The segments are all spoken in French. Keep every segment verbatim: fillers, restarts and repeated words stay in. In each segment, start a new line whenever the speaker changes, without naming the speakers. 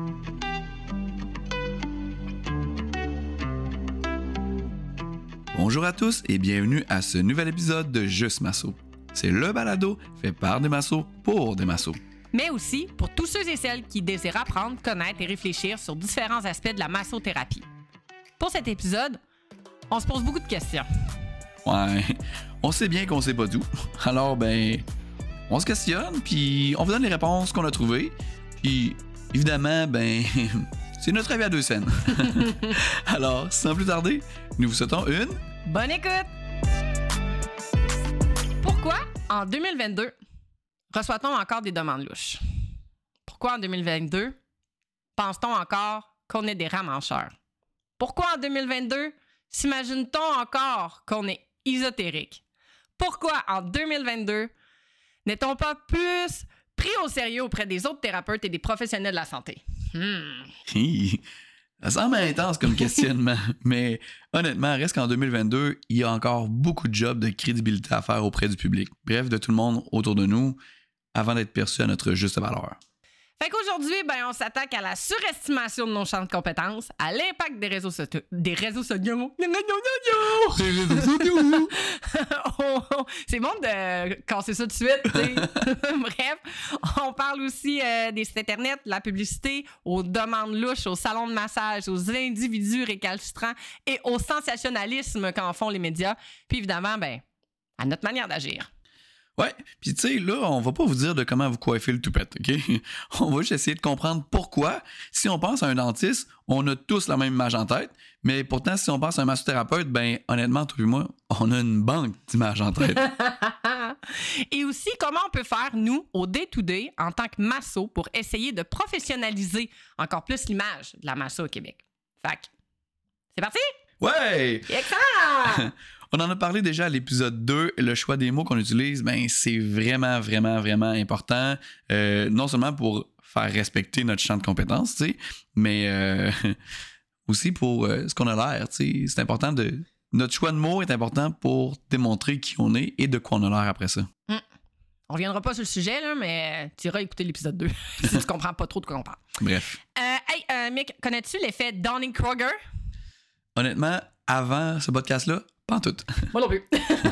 Bonjour à tous et bienvenue à ce nouvel épisode de Juste Masso. C'est le balado fait par des massos pour des massos.
Mais aussi pour tous ceux et celles qui désirent apprendre, connaître et réfléchir sur différents aspects de la massothérapie. Pour cet épisode, on se pose beaucoup de questions.
Ouais, on sait bien qu'on sait pas tout. Alors, ben, on se questionne, puis on vous donne les réponses qu'on a trouvées. Puis, évidemment, ben, c'est notre avis à deux scènes. Alors, sans plus tarder, nous vous souhaitons une...
Bonne écoute! Pourquoi, en deux mille vingt-deux, reçoit-on encore des demandes louches? Pourquoi, en deux mille vingt-deux, pense-t-on encore qu'on est des ramancheurs? Pourquoi, en deux mille vingt-deux, s'imagine-t-on encore qu'on est ésotérique? Pourquoi, en deux mille vingt-deux, n'est-on pas plus pris au sérieux auprès des autres thérapeutes et des professionnels de la santé? Hmm.
Hi, ça semble intense comme questionnement, mais honnêtement, reste qu'en deux mille vingt-deux, il y a encore beaucoup de jobs de crédibilité à faire auprès du public. Bref, de tout le monde autour de nous, avant d'être perçu à notre juste valeur.
Fait qu'aujourd'hui, ben, on s'attaque à la surestimation de nos champs de compétences, à l'impact des réseaux sociaux. Des réseaux sociaux. C'est bon de casser ça tout de suite, tu sais. Bref, on parle aussi euh, des sites Internet, la publicité, aux demandes louches, aux salons de massage, aux individus récalcitrants et au sensationnalisme qu'en font les médias. Puis évidemment, ben, à notre manière d'agir.
Ouais, puis tu sais, là, on va pas vous dire de comment vous coiffer le toupette, OK? On va juste essayer de comprendre pourquoi, si on pense à un dentiste, on a tous la même image en tête, mais pourtant, si on pense à un massothérapeute, ben honnêtement, toi et moi, on a une banque d'images en tête.
Et aussi, comment on peut faire, nous, au day-to-day, en tant que masso, pour essayer de professionnaliser encore plus l'image de la masso au Québec. Fait que, c'est parti?
Ouais!
Excellent!
On en a parlé déjà à l'épisode deux. Le choix des mots qu'on utilise, ben c'est vraiment, vraiment, vraiment important. Euh, non seulement pour faire respecter notre champ de compétences, tu sais, mais euh, aussi pour euh, ce qu'on a l'air, tu sais. C'est important de... Notre choix de mots est important pour démontrer qui on est et de quoi on a l'air après ça.
Mm. On reviendra pas sur le sujet, là, mais tu iras écouter l'épisode deux si tu comprends pas trop de quoi on parle.
Bref.
Euh, hey, euh, Mick, connais-tu l'effet Dunning-Kruger?
Honnêtement, avant ce podcast-là, pas en tout.
Moi non plus.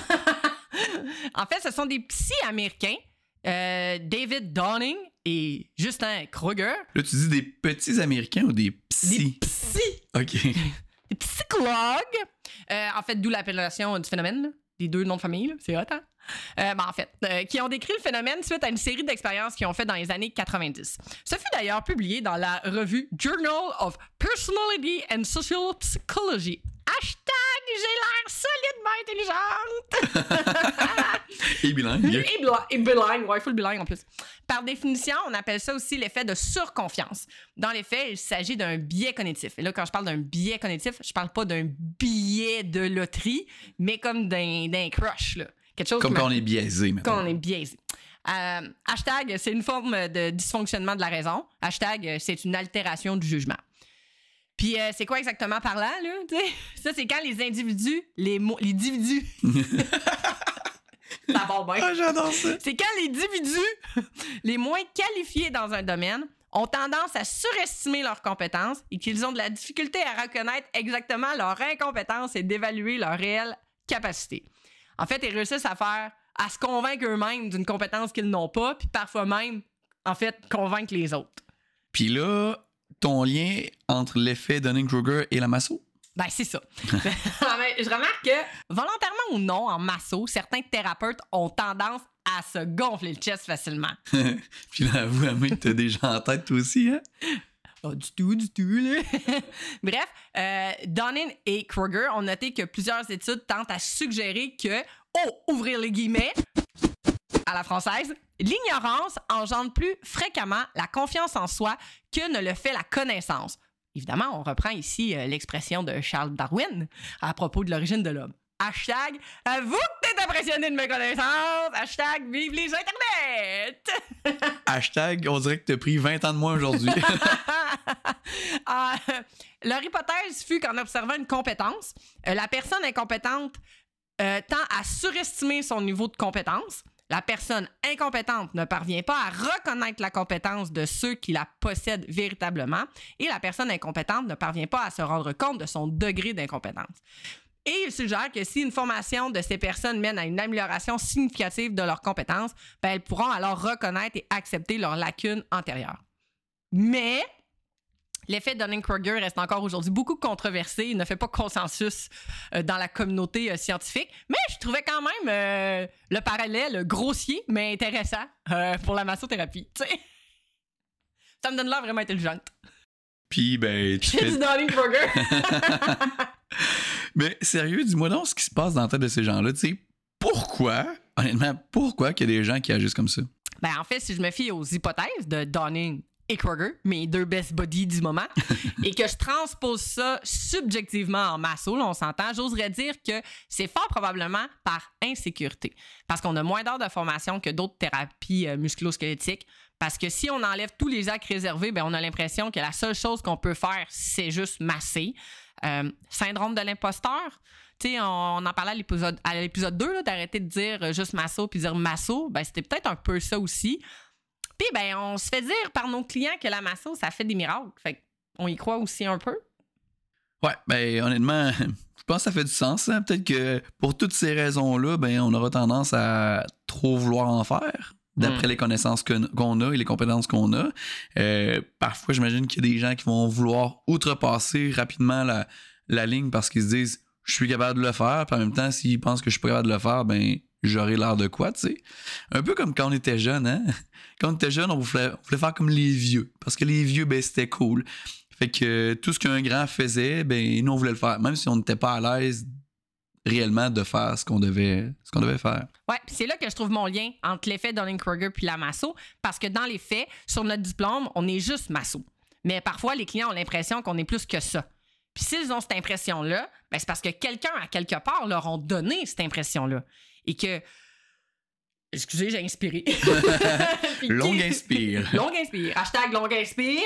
En fait, ce sont des psys américains, euh, David Dunning et Justin Kruger.
Là, tu dis des petits Américains ou des psys?
Des psys.
OK.
Des psychologues. Euh, en fait, d'où l'appellation du phénomène, là. Les deux noms de famille, là. C'est hot, hein? Euh, ben, en fait, euh, qui ont décrit le phénomène suite à une série d'expériences qu'ils ont fait dans les années quatre-vingt-dix. Ce fut d'ailleurs publié dans la revue Journal of Personality and Social Psychology. Hashtag, j'ai l'air solidement intelligente!
Et bilingue.
Et, bla- et bilingue, ouais, full bilingue en plus. Par définition, on appelle ça aussi l'effet de surconfiance. Dans les faits, il s'agit d'un biais cognitif. Et là, quand je parle d'un biais cognitif, je parle pas d'un billet de loterie, mais comme d'un, d'un crush, là. Quelque chose
comme
qui
quand on est biaisé, maintenant.
Quand on est biaisé. Euh, hashtag, c'est une forme de dysfonctionnement de la raison. Hashtag, c'est une altération du jugement. Puis, euh, c'est quoi exactement par là, là? T'sais? Ça, c'est quand les individus, les, mo- les individus... ça va bien.
Ah, j'adore ça.
C'est quand les individus les moins qualifiés dans un domaine ont tendance à surestimer leurs compétences et qu'ils ont de la difficulté à reconnaître exactement leur incompétence et d'évaluer leur réelle capacité. En fait, ils réussissent à faire, à se convaincre eux-mêmes d'une compétence qu'ils n'ont pas, puis parfois même, en fait, convaincre les autres.
Puis là, ton lien entre l'effet Dunning-Kruger et la masso?
Ben, c'est ça. Je remarque que, volontairement ou non, en masso, certains thérapeutes ont tendance à se gonfler le chest facilement.
Puis là, avoue, Amé, t'as déjà en tête, toi aussi, hein?
Pas du tout, du tout, là. Bref, euh, Dunning et Kruger ont noté que plusieurs études tentent à suggérer que, oh, ouvrir les guillemets, à la française, l'ignorance engendre plus fréquemment la confiance en soi que ne le fait la connaissance. Évidemment, on reprend ici euh, l'expression de Charles Darwin à propos de l'origine de l'homme. Hashtag, avoue que t'es impressionné de mes connaissances. Hashtag, vive les Internet.
Hashtag, on dirait que t'as pris vingt ans de moins aujourd'hui.
euh, leur hypothèse fut qu'en observant une compétence, euh, la personne incompétente euh, tend à surestimer son niveau de compétence, la personne incompétente ne parvient pas à reconnaître la compétence de ceux qui la possèdent véritablement et la personne incompétente ne parvient pas à se rendre compte de son degré d'incompétence. Et il suggère que si une formation de ces personnes mène à une amélioration significative de leurs compétences, ben elles pourront alors reconnaître et accepter leurs lacunes antérieures. Mais l'effet Dunning-Kruger reste encore aujourd'hui beaucoup controversé. Il ne fait pas consensus euh, dans la communauté euh, scientifique. Mais je trouvais quand même euh, le parallèle grossier, mais intéressant euh, pour la massothérapie. T'sais. Ça me donne l'air vraiment intelligente.
Puis, ben... tu
J'ai
fais...
du Dunning-Kruger.
Mais sérieux, dis-moi donc ce qui se passe dans la tête de ces gens-là. Tu sais, pourquoi, honnêtement, pourquoi qu'il y a des gens qui agissent comme ça?
Ben, en fait, si je me fie aux hypothèses de Dunning et Kruger, mes deux best buddies du moment, et que je transpose ça subjectivement en masso, là, on s'entend, j'oserais dire que c'est fort probablement par insécurité. Parce qu'on a moins d'heures de formation que d'autres thérapies euh, musculo-squelettiques. Parce que si on enlève tous les actes réservés, ben on a l'impression que la seule chose qu'on peut faire, c'est juste masser. Euh, syndrome de l'imposteur. Tu sais, on, on en parlait à l'épisode, à l'épisode deux, là, d'arrêter de dire euh, juste masso puis dire masso. Ben, c'était peut-être un peu ça aussi. Puis, ben, on se fait dire par nos clients que la masso, ça fait des miracles. Fait qu'on y croit aussi un peu.
Ouais, ben, honnêtement, je pense que ça fait du sens. Hein? Peut-être que pour toutes ces raisons-là, ben, on aura tendance à trop vouloir en faire, d'après mm. les connaissances que, qu'on a et les compétences qu'on a. Euh, parfois, j'imagine qu'il y a des gens qui vont vouloir outrepasser rapidement la, la ligne parce qu'ils se disent « je suis capable de le faire », puis en même temps, s'ils pensent que je suis pas capable de le faire, ben j'aurais l'air de quoi, tu sais. Un peu comme quand on était jeune, hein. Quand on était jeune, on voulait, on voulait faire comme les vieux, parce que les vieux, ben c'était cool. Fait que tout ce qu'un grand faisait, ben nous, on voulait le faire, même si on n'était pas à l'aise réellement de faire ce qu'on devait, ce qu'on devait faire.
Ouais, puis c'est là que je trouve mon lien entre l'effet Dunning-Kruger puis la masso, parce que dans les faits, sur notre diplôme, on est juste masso. Mais parfois, les clients ont l'impression qu'on est plus que ça. Puis s'ils ont cette impression-là, ben c'est parce que quelqu'un, à quelque part, leur a donné cette impression-là. Et que... Excusez, j'ai inspiré.
Longue inspire.
Longue inspire. Hashtag longue inspire.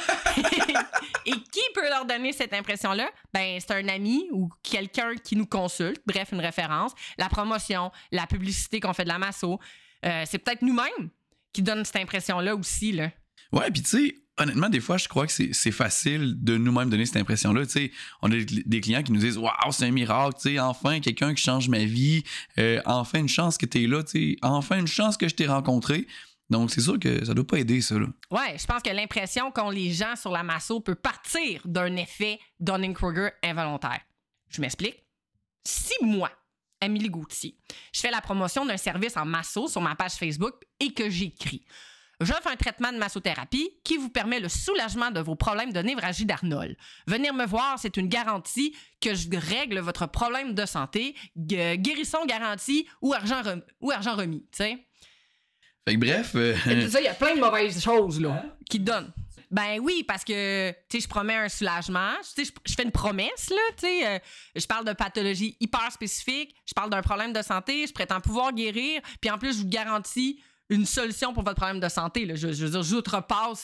Et qui peut leur donner cette impression-là? Ben, c'est un ami ou quelqu'un qui nous consulte. Bref, une référence. La promotion, la publicité qu'on fait de la masso. Euh, c'est peut-être nous-mêmes qui donnent cette impression-là aussi, là.
Ouais, puis tu sais, honnêtement, des fois, je crois que c'est, c'est facile de nous-mêmes donner cette impression-là. Tu sais, on a des clients qui nous disent « Waouh, c'est un miracle, tu sais, enfin quelqu'un qui change ma vie, euh, enfin une chance que t'es là, tu sais, enfin une chance que je t'ai rencontré. » Donc, c'est sûr que ça doit pas aider, ça, là.
Ouais, je pense que l'impression qu'ont les gens sur la masso peut partir d'un effet Dunning-Kruger involontaire. Je m'explique. Si moi, Amélie Gauthier, je fais la promotion d'un service en masso sur ma page Facebook et que j'écris « J'offre un traitement de massothérapie qui vous permet le soulagement de vos problèmes de névralgie d'Arnold. Venir me voir, c'est une garantie que je règle votre problème de santé, gu- guérison garantie ou argent, rem- ou argent remis. » Tu sais?
Fait que bref... Euh...
Il y a plein de mauvaises choses là, hein? Qui donnent. Ben oui, parce que, tu sais, je promets un soulagement. Tu sais, je fais une promesse, là, tu sais. Euh, je parle de pathologie hyper spécifique. Je parle d'un problème de santé. Je prétends pouvoir guérir. Puis en plus, je vous garantis une solution pour votre problème de santé. Là. Je, je veux dire, j'outrepasse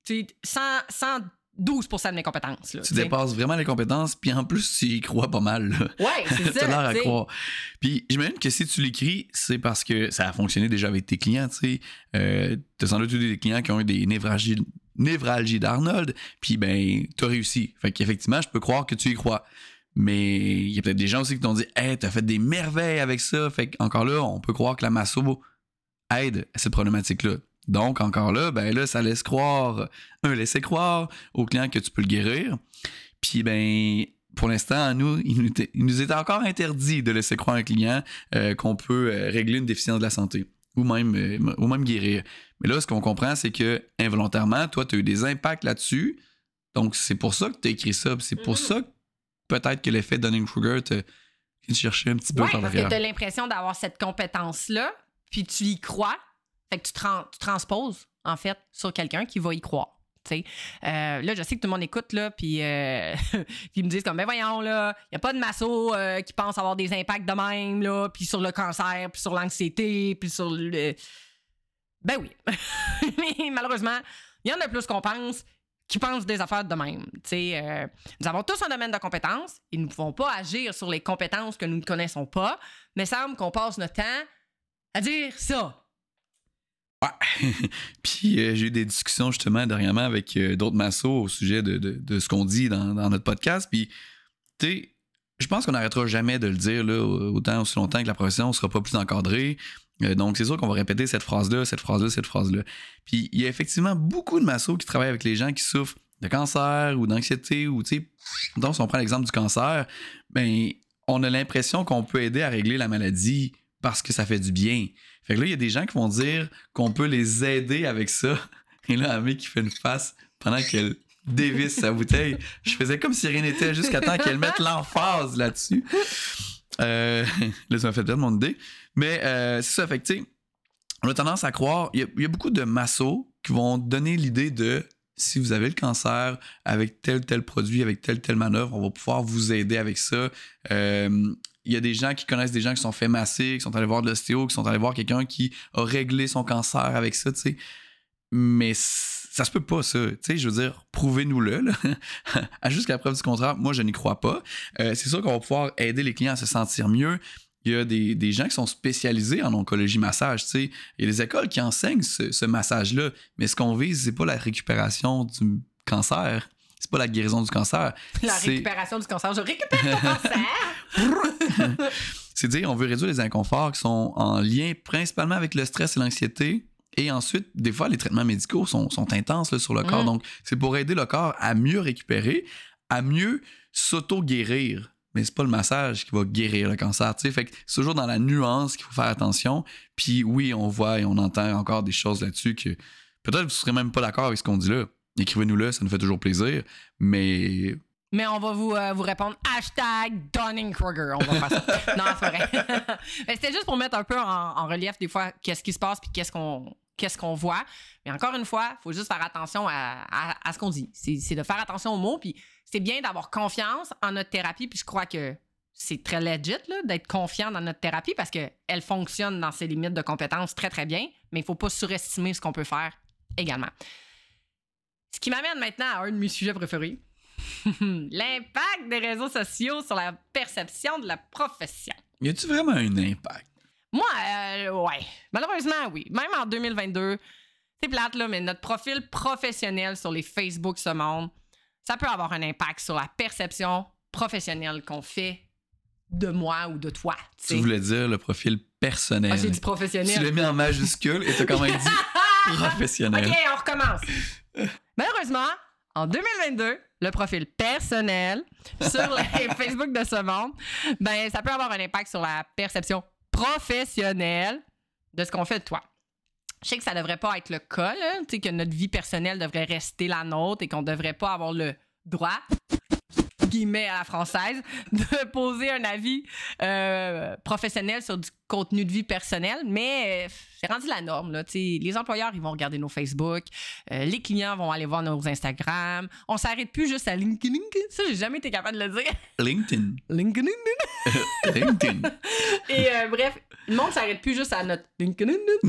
cent douze pour cent de mes compétences. Là,
tu
t'sais.
dépasses vraiment les compétences, puis en plus, tu y crois pas mal. Là.
Ouais, c'est ça.
T'as l'air à
t'sais.
croire. Puis j'imagine que si tu l'écris, c'est parce que ça a fonctionné déjà avec tes clients. Tu sais, euh, t'as sans doute eu des clients qui ont eu des névralgies, névralgies d'Arnold, puis ben, t'as réussi. Fait qu'effectivement, je peux croire que tu y crois. Mais il y a peut-être des gens aussi qui t'ont dit « Hey, t'as fait des merveilles avec ça. » Fait qu'encore là, on peut croire que la masso aide à cette problématique-là. Donc, encore là, ben là, ça laisse croire, un laisser croire au client que tu peux le guérir. Puis, ben, pour l'instant, nous, il nous, était, il nous est encore interdit de laisser croire à un client euh, qu'on peut euh, régler une déficience de la santé ou même, euh, ou même guérir. Mais là, ce qu'on comprend, c'est que involontairement, toi, tu as eu des impacts là-dessus. Donc, c'est pour ça que tu as écrit ça. C'est pour mm-hmm. ça que peut-être que l'effet Dunning-Kruger te cherchait un petit peu
ouais,
par
parce
derrière.
Que tu as l'impression d'avoir cette compétence-là, puis tu y crois. Fait que tu, trans- tu transposes, en fait, sur quelqu'un qui va y croire. Euh, là, je sais que tout le monde écoute, là, puis euh, ils me disent comme, ben voyons, là, il n'y a pas de masso euh, qui pense avoir des impacts de même, là, puis sur le cancer, puis sur l'anxiété, puis sur le... Ben oui. Mais malheureusement, il y en a plus qu'on pense qui pensent des affaires de même. Euh, nous avons tous un domaine de compétences et nous ne pouvons pas agir sur les compétences que nous ne connaissons pas, mais il semble qu'on passe notre temps à dire ça.
Ouais. Puis euh, j'ai eu des discussions justement dernièrement avec euh, d'autres massos au sujet de, de, de ce qu'on dit dans, dans notre podcast. Puis, tu sais, je pense qu'on n'arrêtera jamais de le dire là, autant aussi longtemps que la profession ne sera pas plus encadrée. Euh, donc, c'est sûr qu'on va répéter cette phrase-là, cette phrase-là, cette phrase-là. Puis, il y a effectivement beaucoup de massos qui travaillent avec les gens qui souffrent de cancer ou d'anxiété ou, tu sais, donc si on prend l'exemple du cancer, ben, on a l'impression qu'on peut aider à régler la maladie parce que ça fait du bien. Fait que là, il y a des gens qui vont dire qu'on peut les aider avec ça. Et là, Amé qui fait une face pendant qu'elle dévisse sa bouteille. Je faisais comme si rien n'était jusqu'à temps qu'elle mette l'emphase là-dessus. Euh, là, ça m'a fait perdre mon idée. Mais euh, c'est ça, fait que tu sais, on a tendance à croire, il y, y a beaucoup de massos qui vont donner l'idée de si vous avez le cancer, avec tel tel produit, avec telle telle manœuvre, on va pouvoir vous aider avec ça. Euh, il y a des gens qui connaissent des gens qui sont fait masser, qui sont allés voir de l'ostéo, qui sont allés voir quelqu'un qui a réglé son cancer avec ça, tu sais. Mais ça se peut pas, ça. Tu sais, je veux dire, prouvez-nous-le, là. Jusqu'à la preuve du contraire, moi, je n'y crois pas. Euh, c'est sûr qu'on va pouvoir aider les clients à se sentir mieux. Il y a des, des gens qui sont spécialisés en oncologie massage, tu sais. Il y a des écoles qui enseignent ce, ce massage-là. Mais ce qu'on vise, c'est pas la récupération du cancer. C'est pas la guérison du cancer.
La
c'est...
récupération du cancer. Je récupère ton cancer!
C'est dire, on veut réduire les inconforts qui sont en lien principalement avec le stress et l'anxiété. Et ensuite, des fois, les traitements médicaux sont, sont intenses là, sur le corps. Mmh. Donc, c'est pour aider le corps à mieux récupérer, à mieux s'auto-guérir. Mais c'est pas le massage qui va guérir le cancer, tu sais. Fait que c'est toujours dans la nuance qu'il faut faire attention. Puis oui, on voit et on entend encore des choses là-dessus que peut-être vous serez même pas d'accord avec ce qu'on dit là. Écrivez-nous-le, ça nous fait toujours plaisir. Mais...
Mais on va vous, euh, vous répondre hashtag Dunning-Kruger. On va faire ça. Non, c'est vrai. C'était juste pour mettre un peu en, en relief des fois qu'est-ce qui se passe puis qu'est-ce qu'on... qu'est-ce qu'on voit. Mais encore une fois, il faut juste faire attention à, à, à ce qu'on dit. C'est, c'est de faire attention aux mots, puis c'est bien d'avoir confiance en notre thérapie, puis je crois que c'est très legit là, d'être confiant dans notre thérapie parce qu'elle fonctionne dans ses limites de compétences très, très bien, mais il ne faut pas surestimer ce qu'on peut faire également. Ce qui m'amène maintenant à un de mes sujets préférés. L'impact des réseaux sociaux sur la perception de la profession.
Y a-tu vraiment un impact?
Moi, euh, ouais. Malheureusement, oui. Même en deux mille vingt-deux, c'est plate, là, mais notre profil professionnel sur les Facebook ce monde, ça peut avoir un impact sur la perception professionnelle qu'on fait de moi ou de toi. T'sais.
Tu voulais dire le profil personnel.
Ah, j'ai dit professionnel.
Tu l'as mis en majuscule et t'as quand même dit professionnel.
OK, on recommence. Malheureusement, en deux mille vingt-deux, le profil personnel sur les Facebook de ce monde, ben, ça peut avoir un impact sur la perception professionnelle de ce qu'on fait de toi. Je sais que ça devrait pas être le cas, là, tu sais, que notre vie personnelle devrait rester la nôtre et qu'on devrait pas avoir le droit, guillemets à la française, de poser un avis euh, professionnel sur du contenu de vie personnel, mais euh, c'est rendu la norme, là, tu sais. Les employeurs, ils vont regarder nos Facebook, euh, les clients vont aller voir nos Instagram, on s'arrête plus juste à LinkedIn, ça, j'ai jamais été capable de le dire.
LinkedIn.
LinkedIn.
LinkedIn.
Et euh, bref, le monde s'arrête plus juste à notre LinkedIn.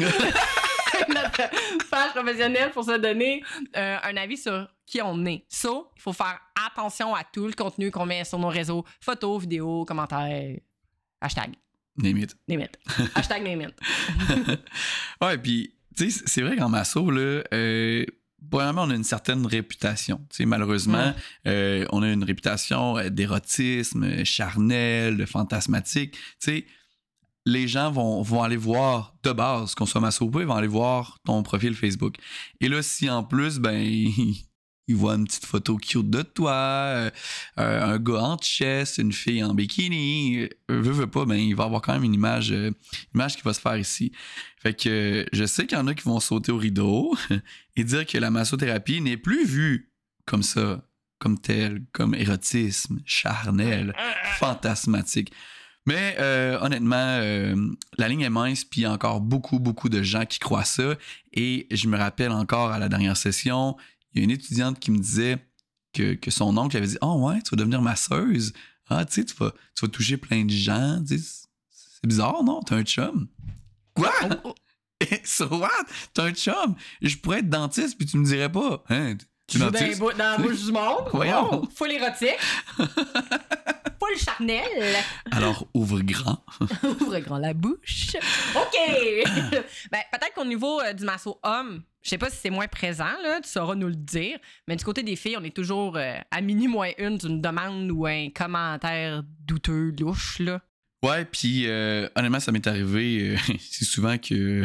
Notre page professionnelle pour se donner euh, un avis sur qui on est. So, il faut faire attention à tout le contenu qu'on met sur nos réseaux. Photos, vidéos, commentaires, hashtag.
Name it.
Name it. Hashtag name it.
Ouais, puis, tu sais, c'est vrai qu'en masso, là, euh, premièrement, on a une certaine réputation. Tu sais, malheureusement, mm. euh, on a une réputation d'érotisme, charnel, de fantasmatique. Tu sais, les gens vont, vont aller voir de base, qu'on soit masso ou pas, ils vont aller voir ton profil Facebook. Et là, si en plus, ben, ils, ils voient une petite photo cute de toi, euh, un gars en chest, une fille en bikini, euh, veut, veut pas, ben, il va avoir quand même une image, euh, une image qui va se faire ici. Fait que euh, je sais qu'il y en a qui vont sauter au rideau et dire que la massothérapie n'est plus vue comme ça, comme telle, comme érotisme, charnel, fantasmatique. Mais euh, honnêtement, euh, la ligne est mince, puis il y a encore beaucoup, beaucoup de gens qui croient ça. Et je me rappelle encore à la dernière session, il y a une étudiante qui me disait que, que son oncle avait dit « Ah oh ouais, tu vas devenir masseuse. Ah, tu sais, tu vas, tu vas toucher plein de gens. Tu sais, c'est bizarre, non? T'as un chum. » Quoi? So what? T'as un chum? Je pourrais être dentiste, puis tu me dirais pas. Hein?
Tu joues dans, dans la bouche du monde?
Voyons.
Oh, full érotique. Full full charnel.
Alors, ouvre grand.
Ouvre grand la bouche. OK! Ben, peut-être qu'au niveau euh, du masso homme, je sais pas si c'est moins présent, là, tu sauras nous le dire, mais du côté des filles, on est toujours euh, à mini moins une d'une demande ou un commentaire douteux, louche, là.
Ouais, puis euh, honnêtement, ça m'est arrivé euh, si souvent que...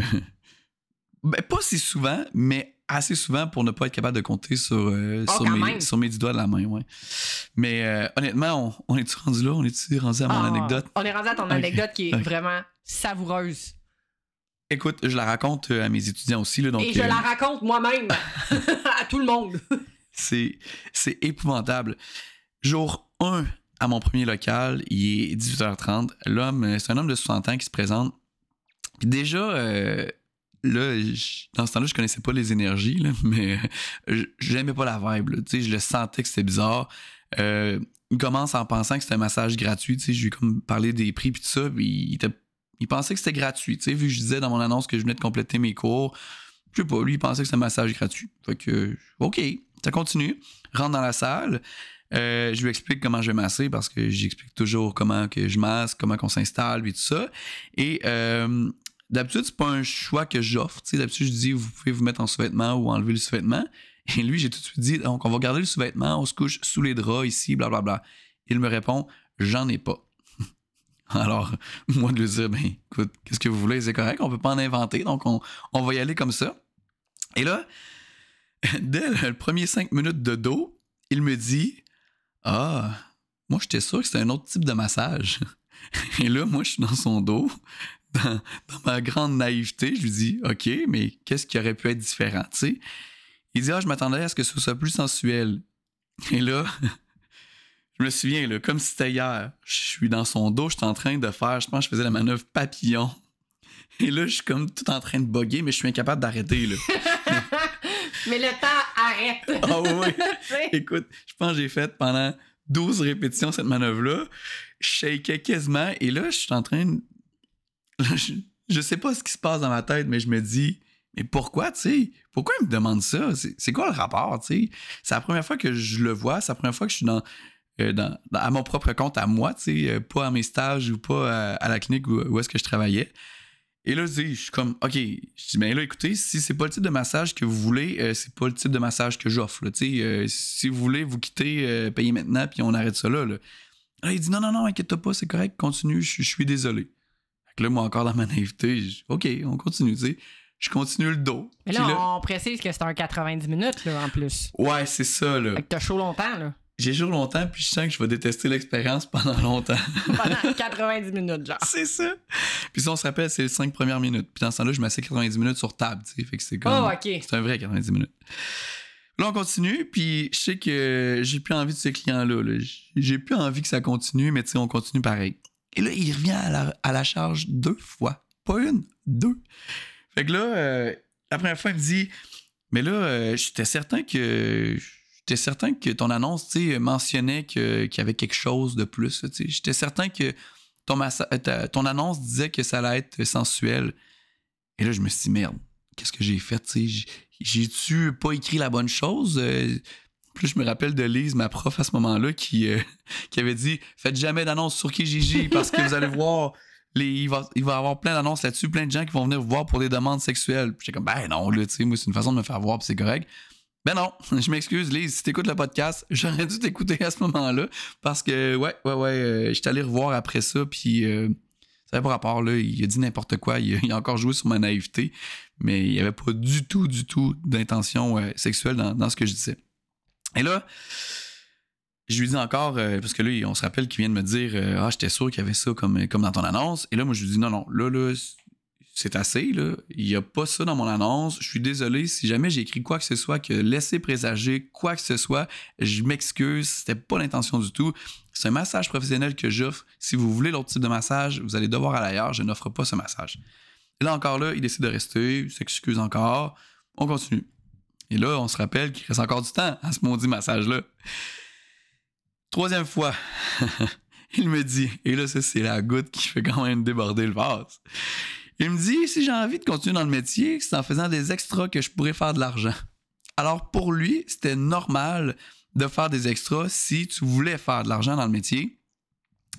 ben, pas si souvent, mais assez souvent pour ne pas être capable de compter sur, euh,
oh,
sur, mes, sur mes dix doigts de la main, ouais. Mais euh, honnêtement, on, on est-tu rendu là? On est-tu rendu à mon
oh,
anecdote?
On est rendu à ton okay. anecdote qui est
okay.
vraiment savoureuse.
Écoute, je la raconte à mes étudiants aussi. Là, donc,
Et je
euh,
la raconte moi-même à tout le monde.
c'est, c'est épouvantable. Jour un, à mon premier local, il est dix-huit heures trente. L'homme, c'est un homme de soixante ans qui se présente. Puis déjà, euh, là, je, dans ce temps-là, je connaissais pas les énergies, là, mais je, j'aimais pas la vibe. Là, je le sentais que c'était bizarre. Euh, il commence en pensant que c'était un massage gratuit. Je lui ai comme parlé des prix puis tout ça. Puis il, était, il pensait que c'était gratuit. Vu que je disais dans mon annonce que je venais de compléter mes cours. Je sais pas, lui, il pensait que c'était un massage gratuit. Fait que, OK, ça continue. Rentre dans la salle. Euh, je lui explique comment je vais masser parce que j'explique toujours comment que je masse, comment qu'on s'installe et tout ça. Et euh, d'habitude, c'est pas un choix que j'offre. T'sais. D'habitude, je dis, vous pouvez vous mettre en sous-vêtement ou enlever le sous-vêtement. Et lui, j'ai tout de suite dit, donc on va garder le sous-vêtement, on se couche sous les draps ici, blablabla. Il me répond, j'en ai pas. Alors, moi de lui dire, ben écoute, qu'est-ce que vous voulez? C'est correct, on peut pas en inventer, donc on, on va y aller comme ça. Et là, dès le premier cinq minutes de dos, il me dit, ah, moi j'étais sûr que c'était un autre type de massage. Et là, moi je suis dans son dos, dans, dans ma grande naïveté, je lui dis, OK, mais qu'est-ce qui aurait pu être différent, tu sais? Il dit, ah, je m'attendais à ce que ce soit plus sensuel. Et là, je me souviens, là, comme si c'était hier, je suis dans son dos, je suis en train de faire, je pense que je faisais la manœuvre papillon. Et là, je suis comme tout en train de bugger, mais je suis incapable d'arrêter, là.
Mais le temps arrête.
Ah oui, écoute, je pense que j'ai fait pendant douze répétitions cette manœuvre-là. Je shakais quasiment, et là, je suis en train de... Là, je... je sais pas ce qui se passe dans ma tête, mais je me dis... Mais pourquoi, tu sais? Pourquoi il me demande ça? C'est, c'est quoi le rapport, tu sais? C'est la première fois que je le vois, c'est la première fois que je suis dans, euh, dans, dans à mon propre compte à moi, tu sais, euh, pas à mes stages ou pas à, à la clinique où, où est-ce que je travaillais. Et là, je dis, je suis comme, OK, je dis, ben là, écoutez, si c'est pas le type de massage que vous voulez, euh, c'est pas le type de massage que j'offre, là, tu sais. Euh, si vous voulez vous quitter, euh, payez maintenant, puis on arrête ça là, là. Là, il dit, non, non, non, inquiète-toi pas, c'est correct, continue, je, je suis désolé. Fait que là, moi, encore dans ma naïveté, je dis, OK, on continue, tu sais. Je continue le dos.
Mais là, là, on précise que c'est un quatre-vingt-dix minutes, là, en plus.
Ouais, c'est ça, là.
Fait que t'as chaud longtemps, là.
J'ai chaud longtemps, puis je sens que je vais détester l'expérience pendant longtemps.
Pendant quatre-vingt-dix minutes, genre.
C'est ça. Puis si on se rappelle, c'est les cinq premières minutes. Puis dans ce temps-là, je m'assieds quatre-vingt-dix minutes sur table, tu sais. Fait que c'est comme...
Oh, OK.
C'est un vrai quatre-vingt-dix minutes. Là, on continue, puis je sais que j'ai plus envie de ces clients-là, là. J'ai plus envie que ça continue, mais tu sais, on continue pareil. Et là, il revient à la, à la charge deux fois. Pas une, deux. Fait que là, euh, la première fois, il me dit, mais là, euh, j'étais certain que j'étais certain que ton annonce, tu sais, mentionnait que, qu'il y avait quelque chose de plus. Tu sais, j'étais certain que ton, massa- ta, ton annonce disait que ça allait être sensuel. Et là, je me suis dit, merde, qu'est-ce que j'ai fait? Tu sais, j'ai-tu pas écrit la bonne chose? Euh, plus je me rappelle de Lise, ma prof à ce moment-là, qui, euh, qui avait dit, faites jamais d'annonce sur Kijiji parce que vous allez voir. Les, il, va, il va y avoir plein d'annonces là-dessus, plein de gens qui vont venir vous voir pour des demandes sexuelles. Puis j'étais comme, ben non, là, tu sais, moi, c'est une façon de me faire voir, puis c'est correct. Ben non, je m'excuse, Lise, si t'écoutes le podcast, j'aurais dû t'écouter à ce moment-là, parce que, ouais, ouais, ouais, euh, j'étais allé revoir après ça, puis euh, ça avait pas rapport, là, il a dit n'importe quoi, il a, il a encore joué sur ma naïveté, mais il n'y avait pas du tout, du tout d'intention euh, sexuelle dans, dans ce que je disais. Et là, je lui dis encore, euh, parce que là, on se rappelle qu'il vient de me dire euh, ah, j'étais sûr qu'il y avait ça comme, comme dans ton annonce. Et là, moi, je lui dis non, non, là, là, c'est assez, là. Il n'y a pas ça dans mon annonce. Je suis désolé. Si jamais j'ai écrit quoi que ce soit, que laissez présager quoi que ce soit, je m'excuse. C'était pas l'intention du tout. C'est un massage professionnel que j'offre. Si vous voulez l'autre type de massage, vous allez devoir aller ailleurs. Je n'offre pas ce massage. Et là, encore là, il décide de rester. Il s'excuse encore. On continue. Et là, on se rappelle qu'il reste encore du temps à ce maudit massage-là. Troisième fois, il me dit, et là, ça, c'est la goutte qui fait quand même déborder le vase. Il me dit, si j'ai envie de continuer dans le métier, c'est en faisant des extras que je pourrais faire de l'argent. Alors, pour lui, c'était normal de faire des extras si tu voulais faire de l'argent dans le métier.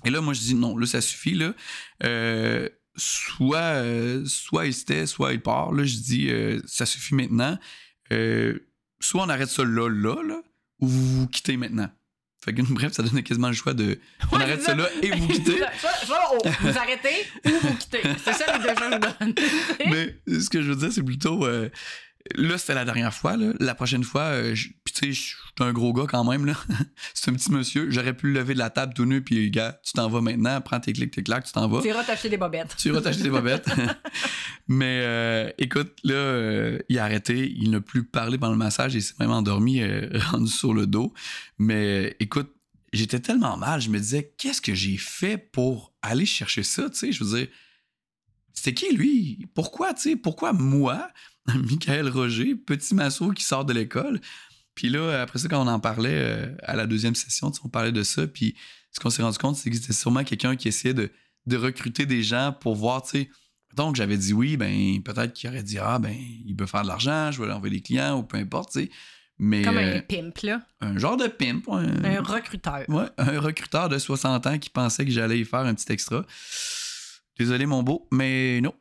Et là, moi, je dis non, là, ça suffit, là. Euh, soit, euh, soit il se tait, soit il part. Là, je dis, euh, ça suffit maintenant. Euh, soit on arrête ça là, là, là, ou vous vous quittez maintenant. Fait que, bref, ça donnait quasiment le choix de... On
Ouais,
arrête
ça.
ça là et vous quittez.
Soit, soit oh, vous arrêtez ou vous quittez. C'est ça les deux choses que je donne.
Mais ce que je veux dire, c'est plutôt... Euh, là, c'était la dernière fois. Là. La prochaine fois, euh, je- puis tu sais, je suis un gros gars quand même. Là. C'est un petit monsieur. J'aurais pu le lever de la table tout nu, puis gars, tu t'en vas maintenant, prends tes clics, tes claques, tu t'en vas.
Tu iras t'acheter des bobettes.
Tu iras t'acheter des bobettes. Mais euh, écoute, là, euh, il a arrêté. Il n'a plus parlé pendant le massage. Il s'est même endormi, euh, rendu sur le dos. Mais euh, écoute, j'étais tellement mal. Je me disais, qu'est-ce que j'ai fait pour aller chercher ça? Tu sais, je veux dire, c'était qui lui? Pourquoi, tu sais, pourquoi moi, Michael Roger, petit masso qui sort de l'école? Puis là, après ça, quand on en parlait euh, à la deuxième session, tu sais, on parlait de ça. Puis ce qu'on s'est rendu compte, c'est que c'était sûrement quelqu'un qui essayait de, de recruter des gens pour voir, tu sais. Donc, j'avais dit oui, ben peut-être qu'il aurait dit ah, ben il peut faire de l'argent, je vais lui envoyer des clients ou peu importe, tu sais. Mais,
Comme
euh,
un pimp, là.
un genre de pimp. Un,
Un recruteur.
ouais, un recruteur de soixante ans qui pensait que j'allais y faire un petit extra. Désolé, mon beau, mais non.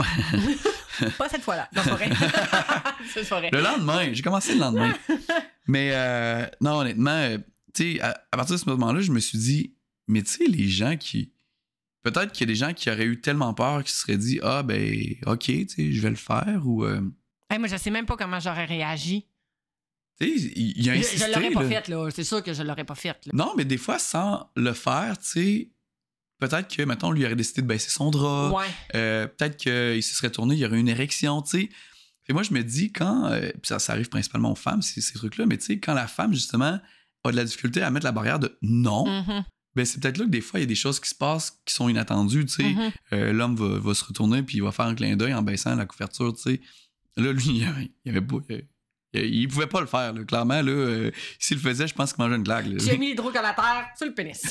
Pas cette fois-là. Non, c'est pas vrai. C'est pas vrai.
Le lendemain, j'ai commencé le lendemain. Mais euh, non, honnêtement, euh, tu sais, à, à partir de ce moment-là, je me suis dit, mais tu sais, les gens qui. Peut-être qu'il y a des gens qui auraient eu tellement peur qu'ils se seraient dit, ah, ben, OK, tu sais, je vais le faire ou. euh,
Hey, moi, je sais même pas comment j'aurais réagi.
tu sais, il, il a
Je,
insisté.
je l'aurais pas
là.
fait, là. C'est sûr que je l'aurais pas fait, là.
Non, mais des fois, sans le faire, tu sais, peut-être que, mettons, lui aurait décidé de baisser son drap.
Ouais.
Euh, peut-être qu'il se serait tourné, il y aurait eu une érection, tu sais. Et moi, je me dis, quand. euh, puis ça, ça arrive principalement aux femmes, ces, ces trucs-là, mais tu sais, quand la femme, justement, a de la difficulté à mettre la barrière de non,
Mhm,
ben c'est peut-être là que des fois, il y a des choses qui se passent qui sont inattendues, tu sais.
mhm.
Euh, l'homme va, va se retourner puis il va faire un clin d'œil en baissant la couverture, tu sais. Là, lui, il avait, il avait pas. Il, il pouvait pas le faire, là. Clairement, là. euh, s'il le faisait, je pense qu'il mangeait une claque. Là.
J'ai mis l'hydrocollateur sur le pénis.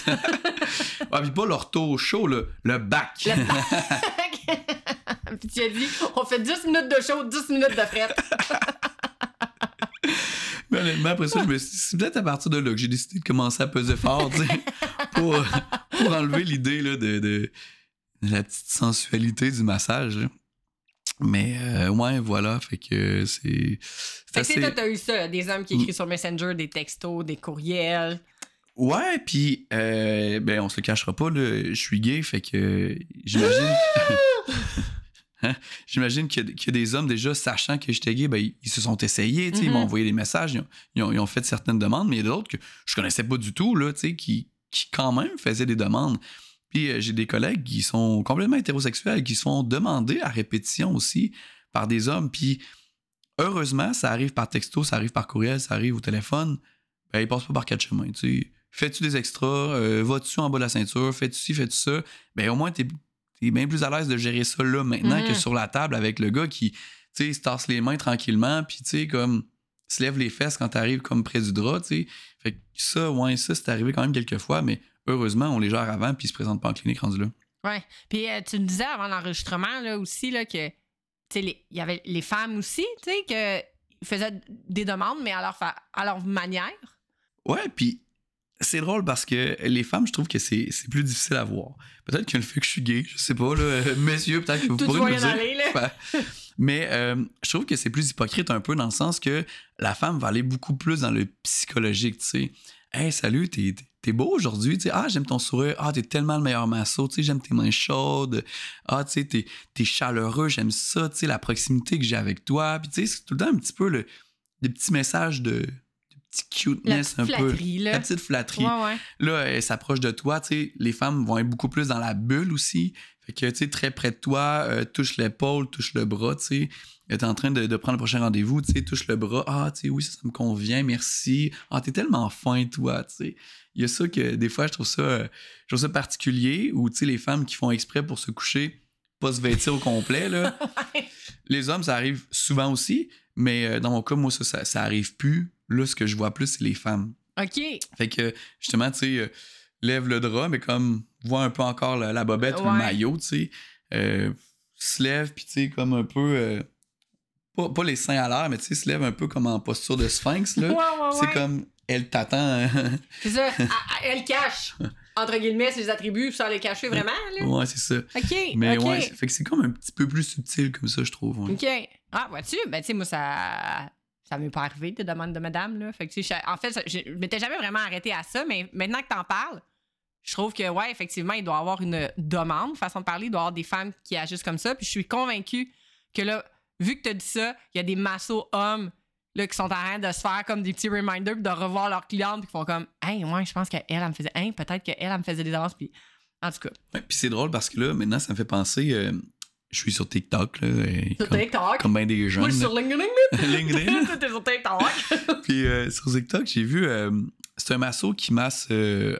Ah, puis pas l'ortho chaud, là, le bac.
Le Puis tu as dit, on fait dix minutes de show, dix minutes de fret.
Mais honnêtement, après ça, je me suis dit, c'est peut-être à partir de là que j'ai décidé de commencer à peser fort, tu sais, pour, pour enlever l'idée là, de, de, de la petite sensualité du massage. Là. Mais euh, ouais, voilà, fait que c'est. c'est
Fait que
assez...
tu as eu ça, des hommes qui écrivent sur Messenger, des textos, des courriels.
Ouais, puis euh, ben on se le cachera pas, là, je suis gay, fait que j'imagine. Hein? J'imagine qu'il y, a, qu'il y a des hommes déjà sachant que j'étais gay, ben, ils, ils se sont essayés, tu sais,
Mm-hmm.
ils m'ont envoyé des messages, ils ont, ils ont- ils ont fait certaines demandes, mais il y a d'autres que je connaissais pas du tout, là, tu sais, qui, qui quand même faisaient des demandes. Puis euh, j'ai des collègues qui sont complètement hétérosexuels, qui se font demander à répétition aussi par des hommes. Puis heureusement, ça arrive par texto, ça arrive par courriel, ça arrive au téléphone. Ben, ils passent pas par quatre chemins, tu sais. Fais-tu des extras? Euh, vas-tu en bas de la ceinture? Fais-tu ci, fais-tu ça? Ben, au moins, t'es, t'es bien plus à l'aise de gérer ça là maintenant
Mhm.
que sur la table avec le gars qui, tu sais, se tasse les mains tranquillement, puis tu sais, comme, se lève les fesses quand t'arrives comme près du drap, tu sais. Fait que ça, ouais, ça, c'est arrivé quand même quelques fois, mais heureusement, on les gère avant, puis ils se présentent pas en clinique rendu là.
Ouais. Puis euh, tu me disais avant l'enregistrement là, aussi là, que tu sais, les- il y avait les femmes aussi, tu sais, que faisaient des demandes, mais à leur, fa- à leur manière.
Ouais, puis c'est drôle parce que les femmes, je trouve que c'est, c'est plus difficile à voir. Peut-être que le fait que je suis gay, je sais pas, là, euh, messieurs, peut-être que vous
Tout
pourrez
va
nous
y
le dire.
aller, là.
Ouais. Mais euh, je trouve que c'est plus hypocrite un peu dans le sens que la femme va aller beaucoup plus dans le psychologique, tu sais. Hey, salut, t'es, t'es- t'es beau aujourd'hui, tu sais. Ah, j'aime ton sourire. Ah, t'es tellement le meilleur masso, tu sais, j'aime tes mains chaudes. Ah, tu sais, t'es, t'es chaleureux, j'aime ça, tu sais, la proximité que j'ai avec toi. Puis, tu sais, c'est tout le temps un petit peu le, des petits messages de, de petit cuteness
La
un
petite
peu.
flatterie, là.
La petite flatterie.
Ouais, ouais.
Là, elle s'approche de toi, tu sais, les femmes vont être beaucoup plus dans la bulle aussi. Fait que, tu sais, très près de toi, euh, touche l'épaule, touche le bras, tu sais. T'es en train de, de prendre le prochain rendez-vous, tu sais, touche le bras. Ah, tu sais, oui, ça, ça me convient, merci. Ah, t'es tellement fin, toi, tu sais. Il y a ça que, des fois, je trouve ça, euh, je trouve ça particulier, où, tu sais, les femmes qui font exprès pour se coucher, pas se vêtir au complet, là.
Ouais.
Les hommes, ça arrive souvent aussi, mais euh, dans mon cas, moi, ça, ça, ça arrive plus. Là, ce que je vois plus, c'est les femmes.
OK.
Fait que, justement, tu sais, euh, lève le drap, mais comme, voit un peu encore la, la bobette ou le
Ouais.
maillot, tu sais, euh, se lève, puis tu sais, comme un peu, euh, pas, pas les seins à l'air, mais tu sais, se lève un peu comme en posture de sphinx, là.
Ouais, ouais,
C'est
ouais.
comme, elle t'attend. hein.
C'est ça. Ah, ah, elle cache. entre guillemets, ses attributs sans les cacher vraiment, là.
Ouais, c'est ça.
OK,
Mais
OK.
ouais, fait que c'est comme un petit peu plus subtil comme ça, je trouve. Ouais.
OK. Ah, vois-tu? Ben, tu sais, moi, ça... Ça m'est pas arrivé de demande de madame, là. Fait que, tu sais, en fait, ça, je, je m'étais jamais vraiment arrêtée à ça, mais maintenant que t'en parles, je trouve que, ouais, effectivement, il doit y avoir une demande, façon de parler, il doit y avoir des femmes qui agissent comme ça. Puis je suis convaincue que là, vu que t'as dit ça, il y a des massos hommes là, qui sont en train de se faire comme des petits reminders puis de revoir leurs clientes puis qui font comme « Hey, moi, je pense qu'elle, elle me faisait... Hein, peut-être qu'elle, elle me faisait des avances. » Puis en tout cas.
Ouais, puis c'est drôle parce que là, maintenant, ça me fait penser... Euh, je suis sur TikTok, là. Et
sur
comme,
TikTok?
Comme bien des jeunes.
Moi, je suis sur LinkedIn.
LinkedIn.
T'es sur TikTok.
Puis euh, sur TikTok, j'ai vu... Euh, c'est un masso qui masse euh,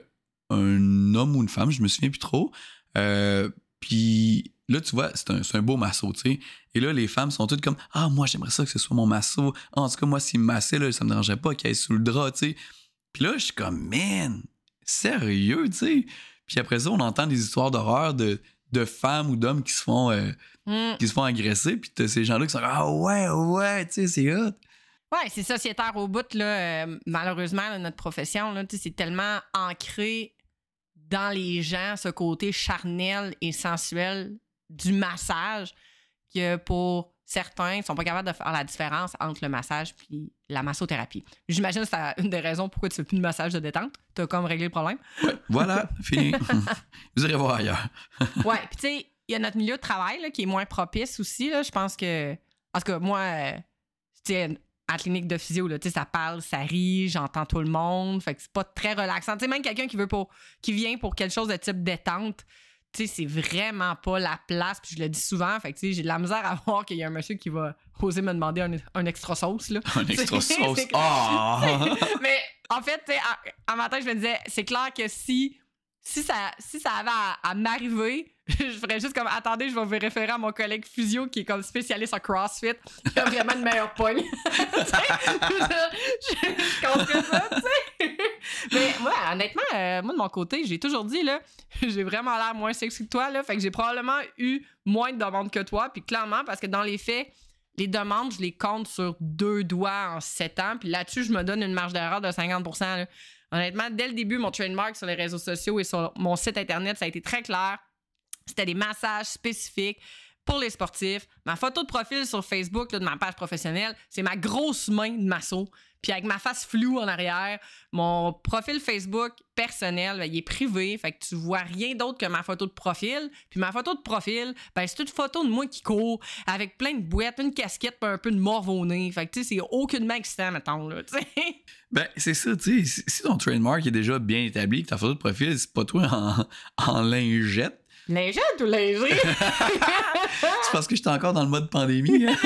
un homme ou une femme, je me souviens plus trop. Euh, puis là, tu vois, c'est un, c'est un beau masso, tu sais. Et là, les femmes sont toutes comme « Ah, moi, j'aimerais ça que ce soit mon masso. Ah, en tout cas, moi, s'il me massait, là, ça me dérangerait pas qu'il aille sous le drap, tu sais. » Puis là, je suis comme « Man, sérieux, tu sais. » Puis après ça, on entend des histoires d'horreur de... de femmes ou d'hommes qui se font euh, mm. qui se font agresser, puis t'as ces gens-là qui sont « Ah ouais, ouais, tu sais, c'est hot! »
Ouais, c'est sociétaire au bout, là. Euh, malheureusement, là, notre profession, là, c'est tellement ancré dans les gens, ce côté charnel et sensuel du massage, que pour certains, ils sont pas capables de faire la différence entre le massage et la massothérapie. J'imagine que c'est une des raisons pourquoi tu fais plus de massage de détente. T'as comme réglé le problème.
Ouais, voilà, fini. Vous irez voir ailleurs.
Ouais, puis tu sais, il y a notre milieu de travail là, qui est moins propice aussi. Là. Je pense que... En tout cas, moi, euh, tu sais, à la clinique de physio, là, ça parle, ça rit, j'entends tout le monde. Fait que c'est pas très relaxant. Tu sais, même quelqu'un qui veut pour, qui vient pour quelque chose de type détente, tu sais, c'est vraiment pas la place. Puis je le dis souvent, fait que tu sais, j'ai de la misère à voir qu'il y a un monsieur qui va oser me demander un, un extra sauce, là.
Un extra sauce?
C'est,
Oh!
Mais en fait, tu sais, en matin, je me disais, c'est clair que si, si, ça, si ça avait à, à m'arriver, je ferais juste comme, attendez, je vais vous référer à mon collègue physio qui est comme spécialiste en CrossFit, qui a vraiment une meilleure pogne. je, je comprends ça, tu sais. Mais moi, honnêtement, euh, moi, de mon côté, j'ai toujours dit, là, j'ai vraiment l'air moins sexy que toi, là, fait que j'ai probablement eu moins de demandes que toi, puis clairement, parce que dans les faits, les demandes, je les compte sur deux doigts en sept ans, puis là-dessus, je me donne une marge d'erreur de cinquante pour cent, là. Honnêtement, dès le début, mon trademark sur les réseaux sociaux et sur mon site Internet, ça a été très clair. C'était des massages spécifiques pour les sportifs. Ma photo de profil sur Facebook, là, de ma page professionnelle, c'est ma grosse main de masso. Puis avec ma face floue en arrière, mon profil Facebook personnel, ben, il est privé. Fait que tu vois rien d'autre que ma photo de profil. Puis ma photo de profil, ben, c'est une photo de moi qui court avec plein de boîtes, une casquette puis un peu de morve au nez. Fait que tu sais, c'est aucunement excitant, mettons, là, tu sais.
Ben, c'est ça, tu sais. Si ton trademark est déjà bien établi, que ta photo de profil, c'est pas toi en, en lingette.
Lingette ou lingerie?
C'est parce que j'étais encore dans le mode pandémie. Hein?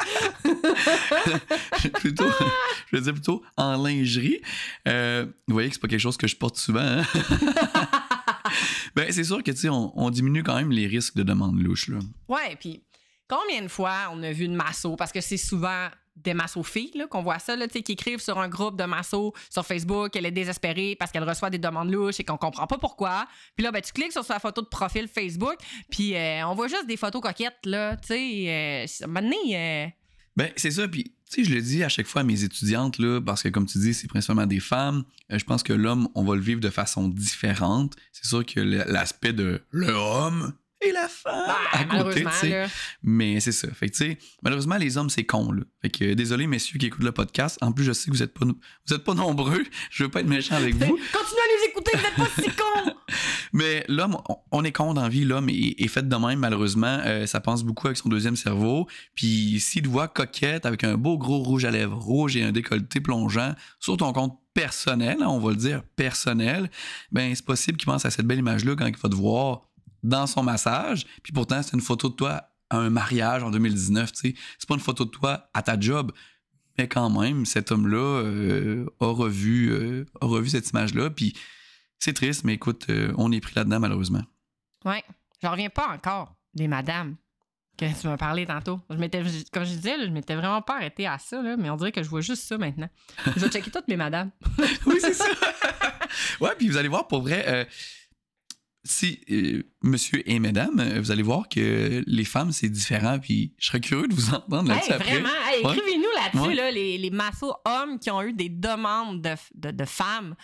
plutôt, je veux dire plutôt en lingerie. Euh, vous voyez que c'est pas quelque chose que je porte souvent. Hein? Ben, c'est sûr que, tu sais, on, on diminue quand même les risques de demande louche, là.
Ouais, puis combien de fois on a vu une masso? Parce que c'est souvent des massos-filles là, qu'on voit ça, là, qui écrivent sur un groupe de massos sur Facebook, elle est désespérée parce qu'elle reçoit des demandes louches et qu'on comprend pas pourquoi. Puis là, ben, tu cliques sur sa photo de profil Facebook, puis euh, on voit juste des photos coquettes, là, tu sais. Euh, maintenant, euh...
Ben, c'est ça, puis tu sais, je le dis à chaque fois à mes étudiantes, là, parce que comme tu dis, c'est principalement des femmes. Euh, je pense que l'homme, on va le vivre de façon différente. C'est sûr que l'aspect de l'homme et la femme
bah,
à côté, tu sais.
Là.
Mais c'est ça. Fait que, tu sais, malheureusement, les hommes, c'est con, là. Fait que, euh, désolé, messieurs qui écoutent le podcast. En plus, je sais que vous êtes pas, vous êtes pas nombreux. Je veux pas être méchant avec vous.
Continuez à nous écouter, vous êtes pas si cons!
Mais l'homme, on, on est con dans la vie. L'homme est, est fait de même, malheureusement. Euh, ça pense beaucoup avec son deuxième cerveau. Puis, s'il te voit coquette avec un beau gros rouge à lèvres rouge et un décolleté plongeant sur ton compte personnel, hein, on va le dire personnel, ben c'est possible qu'il pense à cette belle image-là quand il va te voir dans son massage, puis pourtant, c'est une photo de toi à un mariage en deux mille dix-neuf, tu sais. C'est pas une photo de toi à ta job, mais quand même, cet homme-là euh, a, revu, euh, a revu cette image-là, puis c'est triste, mais écoute, euh, on est pris là-dedans, malheureusement.
Ouais, j'en reviens pas encore des madames que tu m'as parlé tantôt. Je m'étais, comme je disais, là, je m'étais vraiment pas arrêtée à ça, là, mais on dirait que je vois juste ça maintenant. Je vais checker toutes mes madames.
Oui, c'est ça. Ouais, puis vous allez voir, pour vrai... Euh, Si, euh, monsieur et mesdames, euh, vous allez voir que les femmes, c'est différent, puis je serais curieux de vous entendre là-dessus
hey,
après.
Vraiment, hey, écrivez-nous là-dessus,
ouais.
là, les, les massos hommes qui ont eu des demandes de, de, de femmes.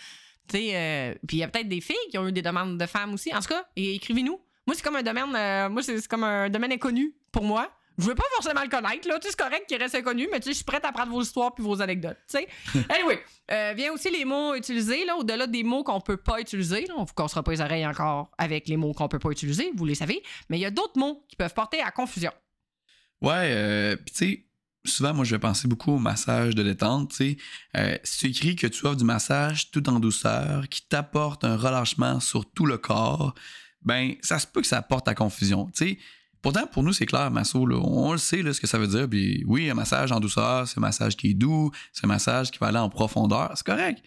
Tu sais, euh, puis il y a peut-être des filles qui ont eu des demandes de femmes aussi. En tout cas, é- écrivez-nous. Moi, c'est comme un domaine, euh, moi, c'est, c'est comme un domaine inconnu pour moi. Je veux pas forcément le connaître, là. Tu sais, c'est correct qu'il reste inconnu, mais tu sais, je suis prête à prendre vos histoires puis vos anecdotes, tu sais. Anyway, euh, vient aussi les mots utilisés, là, au-delà des mots qu'on peut pas utiliser. Là. On vous cassera pas les oreilles encore avec les mots qu'on peut pas utiliser, vous les savez. Mais il y a d'autres mots qui peuvent porter à confusion.
Ouais, euh, puis tu sais, souvent, moi, je vais penser beaucoup au massage de détente, tu sais. Euh, si tu écris que tu offres du massage tout en douceur, qui t'apporte un relâchement sur tout le corps, ben, ça se peut que ça apporte à confusion, tu sais. Pourtant, pour nous, c'est clair, masso, là, on le sait, là, ce que ça veut dire. Puis oui, un massage en douceur, c'est un massage qui est doux, c'est un massage qui va aller en profondeur, c'est correct.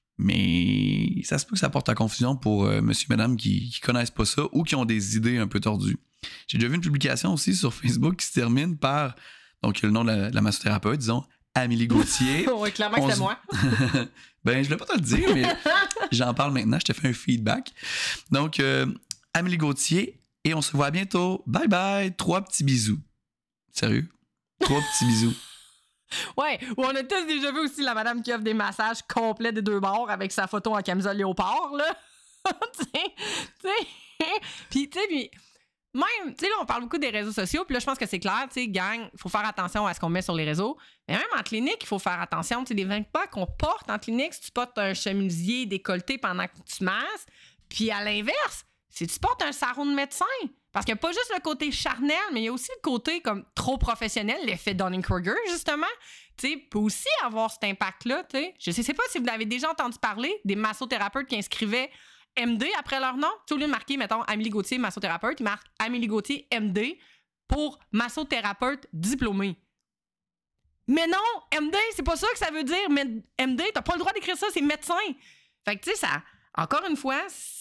Mais ça se peut que ça porte à confusion pour euh, monsieur, madame qui, qui connaissent pas ça ou qui ont des idées un peu tordues. J'ai déjà vu une publication aussi sur Facebook qui se termine par, donc le nom de la, de la massothérapeute, disons, Amélie Gauthier.
Oui, clairement que c'est
se...
moi.
Ben, je voulais pas te le dire, mais j'en parle maintenant, je te fais un feedback. Donc, euh, Amélie Gauthier, et on se voit bientôt. Bye bye, trois petits bisous. Sérieux? Trois petits bisous.
Ouais, ou on a tous déjà vu aussi la madame qui offre des massages complets des deux bords avec sa photo en camisole léopard, là. Tu sais, tu sais. Puis, tu sais, puis même, tu sais, là, on parle beaucoup des réseaux sociaux, puis là, je pense que c'est clair, tu sais, gang, il faut faire attention à ce qu'on met sur les réseaux. Mais même en clinique, il faut faire attention. Tu sais, les vêtements qu'on porte en clinique, si tu portes un chemisier décolleté pendant que tu masses, puis à l'inverse, si tu portes un sarrau de médecin, parce qu'il n'y a pas juste le côté charnel, mais il y a aussi le côté comme trop professionnel, l'effet Dunning-Kruger, justement, tu sais, peut aussi avoir cet impact-là, tu sais. Je ne sais pas si vous avez déjà entendu parler des massothérapeutes qui inscrivaient M D après leur nom. Tu sais, au lieu de marquer, mettons, Amélie Gauthier, massothérapeute, ils marquent Amélie Gauthier, M D, pour massothérapeute diplômé. Mais non, M D, c'est pas ça que ça veut dire. Mais M D, t'as pas le droit d'écrire ça, c'est médecin. Fait que, tu sais, ça, encore une fois,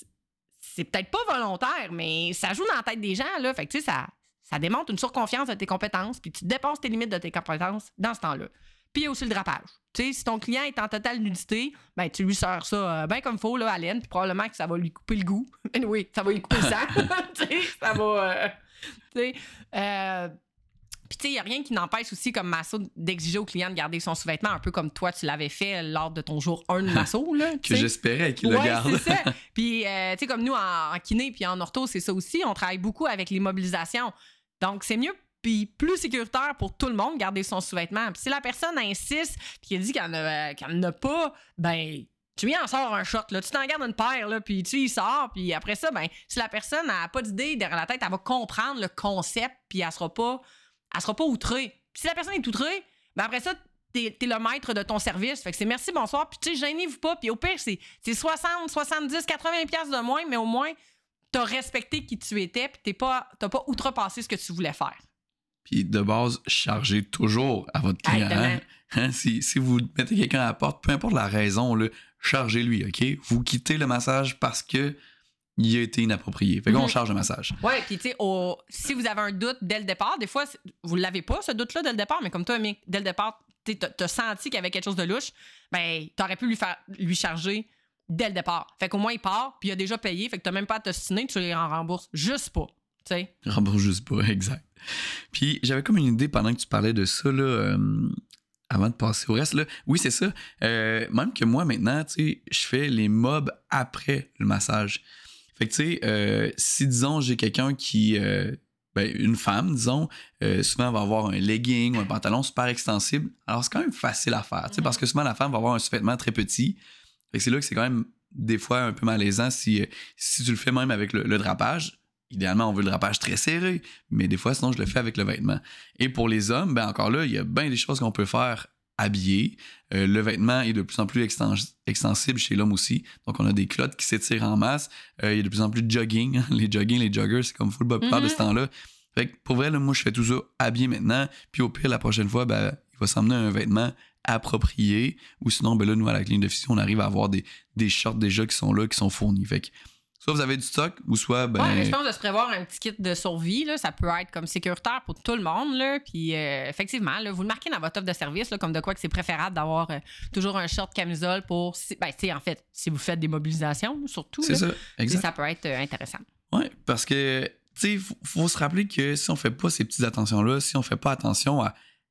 c'est peut-être pas volontaire, mais ça joue dans la tête des gens, là. Fait que, tu sais, ça, ça démontre une surconfiance de tes compétences, puis tu dépasses tes limites de tes compétences dans ce temps-là. Puis il y a aussi le drapage. Tu sais, si ton client est en totale nudité, ben tu lui sers ça euh, bien comme il faut, là, à laine, puis probablement que ça va lui couper le goût. Oui, ça va lui couper le sang. Tu sais, ça va... Euh, tu sais... Euh, Puis, tu sais, il n'y a rien qui n'empêche aussi, comme masso, d'exiger au client de garder son sous-vêtement, un peu comme toi, tu l'avais fait lors de ton jour un de masso. Là,
que j'espérais qu'il
ouais,
le garde.
c'est ça. Puis, euh, tu sais, comme nous, en, en kiné puis en ortho, c'est ça aussi. On travaille beaucoup avec l'immobilisation. Donc, c'est mieux puis plus sécuritaire pour tout le monde garder son sous-vêtement. Puis, si la personne insiste puis qu'elle dit qu'elle n'a qu'elle n'a pas, ben tu lui en sors un short, là. Tu t'en gardes une paire, là, puis tu y sors, puis après ça, ben si la personne n'a pas d'idée derrière la tête, elle va comprendre le concept, puis elle sera pas... elle sera pas outrée. Puis si la personne est outrée, ben après ça, t'es, t'es le maître de ton service. Fait que c'est merci, bonsoir. Puis tu sais, gênez-vous pas. Puis au pire, c'est, c'est soixante, soixante-dix, quatre-vingts piastres de moins, mais au moins, t'as respecté qui tu étais, puis t'es pas, t'as pas outrepassé ce que tu voulais faire.
Puis de base, chargez toujours à votre client. Hein? Hein? Si, si vous mettez quelqu'un à la porte, peu importe la raison, là, chargez-lui, OK? Vous quittez le massage parce que il a été inapproprié. Fait qu'on mm-hmm. charge le massage.
Oui, puis tu sais, si vous avez un doute dès le départ, des fois, vous ne l'avez pas, ce doute-là, dès le départ, mais comme toi, Mick, dès le départ, tu as senti qu'il y avait quelque chose de louche, ben, tu aurais pu lui, faire, lui charger dès le départ. Fait qu'au moins, il part, puis il a déjà payé, fait que tu n'as même pas à t'ostiner, tu les rembourses juste pas. T'sais.
Rembourse juste pas, exact. Puis j'avais comme une idée pendant que tu parlais de ça, là, euh, avant de passer au reste. Là. Oui, c'est ça. Euh, même que moi, maintenant, tu sais, je fais les mobs après le massage. Fait que, tu sais, euh, si, disons, j'ai quelqu'un qui... Euh, ben, une femme, disons, euh, souvent va avoir un legging ou un pantalon super extensible. Alors, c'est quand même facile à faire, tu sais, parce que souvent, la femme va avoir un sous-vêtement très petit. Fait que c'est là que c'est quand même, des fois, un peu malaisant si, si tu le fais même avec le, le drapage. Idéalement, on veut le drapage très serré, mais des fois, sinon, je le fais avec le vêtement. Et pour les hommes, ben encore là, il y a bien des choses qu'on peut faire habillés. Euh, le vêtement est de plus en plus extens- extensible chez l'homme aussi. Donc, on a des culottes qui s'étirent en masse. Euh, il y a de plus en plus de jogging. Les jogging, les joggers, c'est comme full populaire mm-hmm. de ce temps-là. Fait que pour vrai, là, moi, je fais tout ça habillé maintenant. Puis au pire, la prochaine fois, ben, il va s'emmener un vêtement approprié. Ou sinon, ben là, nous, à la clinique de physio, on arrive à avoir des, des shorts déjà qui sont là, qui sont fournis. Fait que soit vous avez du stock, ou soit... Ben...
Ouais, mais je pense de se prévoir un petit kit de survie, là, ça peut être comme sécuritaire pour tout le monde. Là, puis euh, effectivement, là, vous le marquez dans votre offre de service, là, comme de quoi que c'est préférable d'avoir euh, toujours un short camisole pour... Ben, tu sais, en fait, si vous faites des mobilisations, surtout.
C'est
là,
ça, exact.
Ça peut être euh, intéressant.
Oui, parce que, tu sais, il faut, faut se rappeler que si on fait pas ces petites attentions-là, si on fait pas attention à,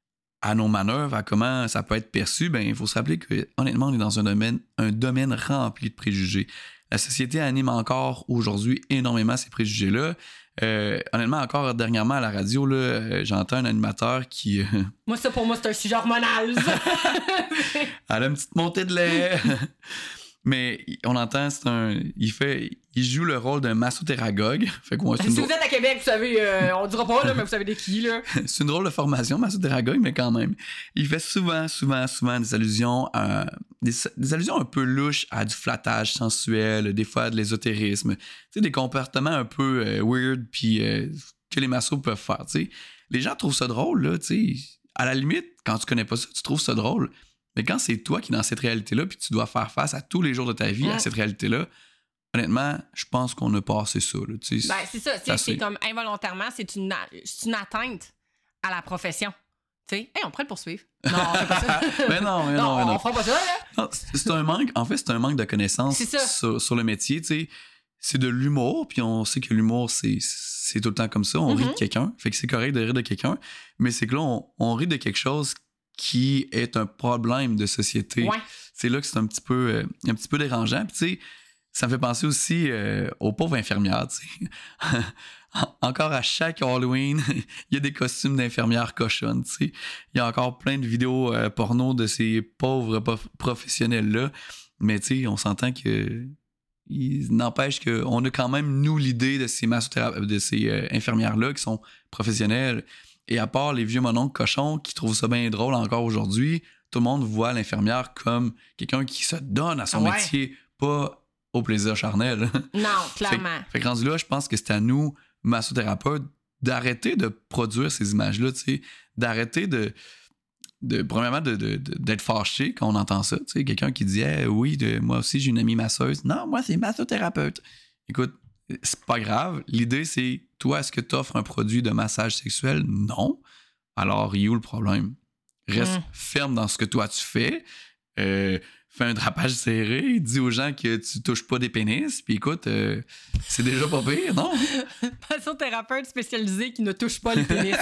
à nos manœuvres, à comment ça peut être perçu, ben il faut se rappeler que honnêtement, on est dans un domaine, un domaine rempli de préjugés. La société anime encore aujourd'hui énormément ces préjugés-là. Euh, honnêtement, encore dernièrement à la radio, là, euh, j'entends un animateur qui... Euh...
Moi, ça, pour moi, c'est un sujet hormonal.
Elle a une petite montée de lait. Mais on entend, c'est un... Il fait... Il joue le rôle d'un massothéragogue. Fait que moi, c'est
si
une
vous
drôle...
êtes à Québec, vous savez, euh, on dira pas, là, mais vous savez des qui, là.
C'est une drôle de formation, massothéragogue, mais quand même. Il fait souvent, souvent, souvent des allusions à... Des, des allusions un peu louches à du flattage sensuel, des fois de l'ésotérisme. Tu sais, des comportements un peu euh, weird, puis euh, que les massos peuvent faire, tu sais. Les gens trouvent ça drôle, là, tu sais. À la limite, quand tu connais pas ça, tu trouves ça drôle. Mais quand c'est toi qui es dans cette réalité-là, puis tu dois faire face à tous les jours de ta vie, mmh. à cette réalité-là, honnêtement, je pense qu'on a passé ça. Là, tu sais,
ben, c'est ça. C'est, c'est comme involontairement, c'est une, c'est une atteinte à la profession. Tu sais, hey, on pourrait le poursuivre. Non, on fait pas ça.
mais non, mais
non,
non, mais non.
On fera pas ça, là.
Non, c'est un manque, en fait, c'est un manque de connaissances sur, sur le métier. Tu sais, c'est de l'humour, puis on sait que l'humour, c'est, c'est tout le temps comme ça. On mm-hmm. rit de quelqu'un. Fait que c'est correct de rire de quelqu'un. Mais c'est que là, on, on rit de quelque chose qui est un problème de société.
Ouais.
C'est là que c'est un petit peu, euh, un petit peu dérangeant. Puis tu sais, ça me fait penser aussi euh, aux pauvres infirmières, tu sais. Encore à chaque Halloween, il y a des costumes d'infirmières cochonnes, tu sais. Il y a encore plein de vidéos euh, porno de ces pauvres prof- professionnels-là. Mais tu sais, on s'entend que... Il n'empêche qu'on a quand même, nous, l'idée de ces, massothéra- de ces euh, infirmières-là qui sont professionnelles. Et à part les vieux mononcles cochons qui trouvent ça bien drôle encore aujourd'hui, tout le monde voit l'infirmière comme quelqu'un qui se donne à son
ouais.
métier, pas au plaisir charnel.
Non, clairement.
Fait, fait que rendu là, je pense que c'est à nous, massothérapeutes, d'arrêter de produire ces images-là, tu sais, d'arrêter de... De, premièrement, de, de, de, d'être fâché quand on entend ça. Tu sais, quelqu'un qui dit hey, oui, de, moi aussi, j'ai une amie masseuse. Non, moi, c'est massothérapeute. Écoute, c'est pas grave. L'idée, c'est toi, est-ce que tu offres un produit de massage sexuel? Non. Alors, il est où le problème? Reste mm. ferme dans ce que toi, tu fais. Euh, fais un drapage serré. Dis aux gens que tu touches pas des pénis. Puis écoute, euh, c'est déjà pas pire, non?
Massothérapeute spécialisé qui ne touche pas les pénis.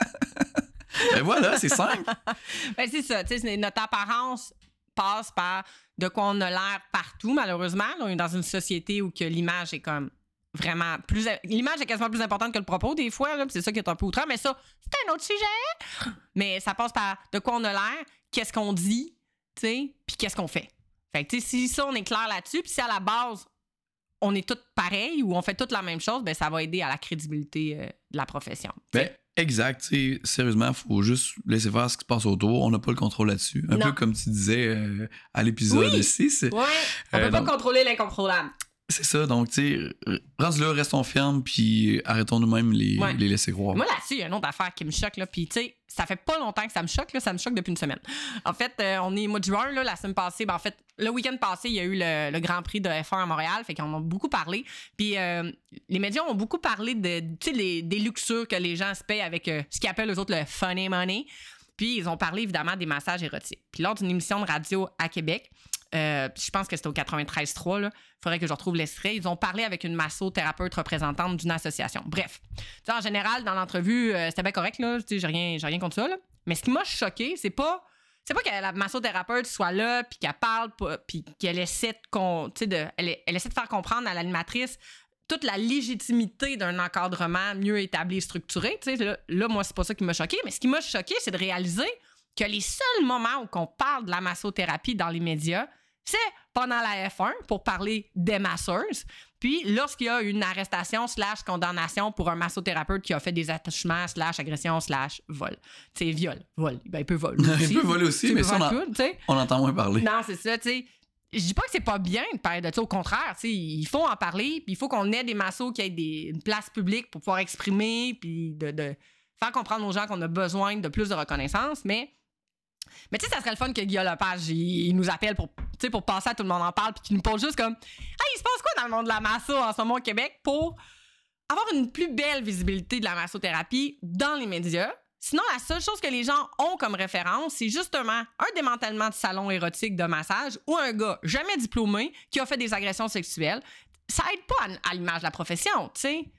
Ben voilà, c'est simple.
Ben c'est ça, tu sais, notre apparence passe par de quoi on a l'air partout, malheureusement. Là, on est dans une société où que l'image est comme vraiment plus... L'image est quasiment plus importante que le propos, des fois, là, c'est ça qui est un peu outrant, mais ça, c'est un autre sujet. Mais ça passe par de quoi on a l'air, qu'est-ce qu'on dit, tu sais, puis qu'est-ce qu'on fait. Fait que, tu sais, si ça, on est clair là-dessus, puis si à la base, on est tous pareils ou on fait toutes la même chose, ben ça va aider à la crédibilité euh, de la profession.
Ben, exact. T'sais, sérieusement, il faut juste laisser faire ce qui se passe autour. On n'a pas le contrôle là-dessus. Un non. peu comme tu disais euh, à l'épisode
oui.
six.
Oui, on euh, peut
donc,
pas contrôler l'incontrôlable.
C'est ça. Donc, tu sais, rendu là, restons fermes, puis arrêtons nous-mêmes les, ouais. les laisser croire.
Moi, là-dessus, il y a une autre affaire qui me choque. Là, puis, tu sais, ça fait pas longtemps que ça me choque. Là, ça me choque depuis une semaine. En fait, euh, on est mois de juin, là, la semaine passée. Ben, en fait, le week-end passé, il y a eu le, le Grand Prix de F un à Montréal. Fait qu'on en a beaucoup parlé. Puis, euh, les médias ont beaucoup parlé de, tu sais, les, des luxures que les gens se payent avec euh, ce qu'ils appellent eux autres le funny money. Puis, ils ont parlé évidemment des massages érotiques. Puis, lors d'une émission de radio à Québec, Euh, je pense que c'était au quatre-vingt-treize trois. Il faudrait que je retrouve l'extrait. Ils ont parlé avec une massothérapeute représentante d'une association. Bref, en général, dans l'entrevue, euh, c'était bien correct. Là, j'ai, rien, j'ai rien contre ça. Là. Mais ce qui m'a choqué, c'est pas, c'est pas que la massothérapeute soit là, puis qu'elle parle, puis qu'elle essaie de, con, de, elle, elle essaie de faire comprendre à l'animatrice toute la légitimité d'un encadrement mieux établi et structuré. Là, là, moi, c'est pas ça qui m'a choqué. Mais ce qui m'a choqué, c'est de réaliser que les seuls moments où on parle de la massothérapie dans les médias, c'est pendant la F un pour parler des masseuses. Puis, lorsqu'il y a une arrestation slash condamnation pour un massothérapeute qui a fait des attouchements slash agression slash vol. Tu sais, viol. Vol. Ben, il peut voler aussi.
Il peut voler aussi, tu mais ça, on, en, tout, on entend moins parler.
Non, c'est ça, tu sais. Je dis pas que c'est pas bien de parler de ça. Au contraire, tu sais, il faut en parler. Puis, il faut qu'on ait des massos qui aient des, une place publique pour pouvoir exprimer puis de, de faire comprendre aux gens qu'on a besoin de plus de reconnaissance. Mais... Mais tu sais, ça serait le fun que Guillaume Lepage, il, il nous appelle pour, pour passer à Tout le monde en parle puis qu'il nous pose juste comme « Hey, il se passe quoi dans le monde de la masso en ce moment au Québec pour avoir une plus belle visibilité de la massothérapie dans les médias? » Sinon, la seule chose que les gens ont comme référence, c'est justement un démantèlement de salon érotique de massage ou un gars jamais diplômé qui a fait des agressions sexuelles. Ça aide pas à, à l'image de la profession, tu sais.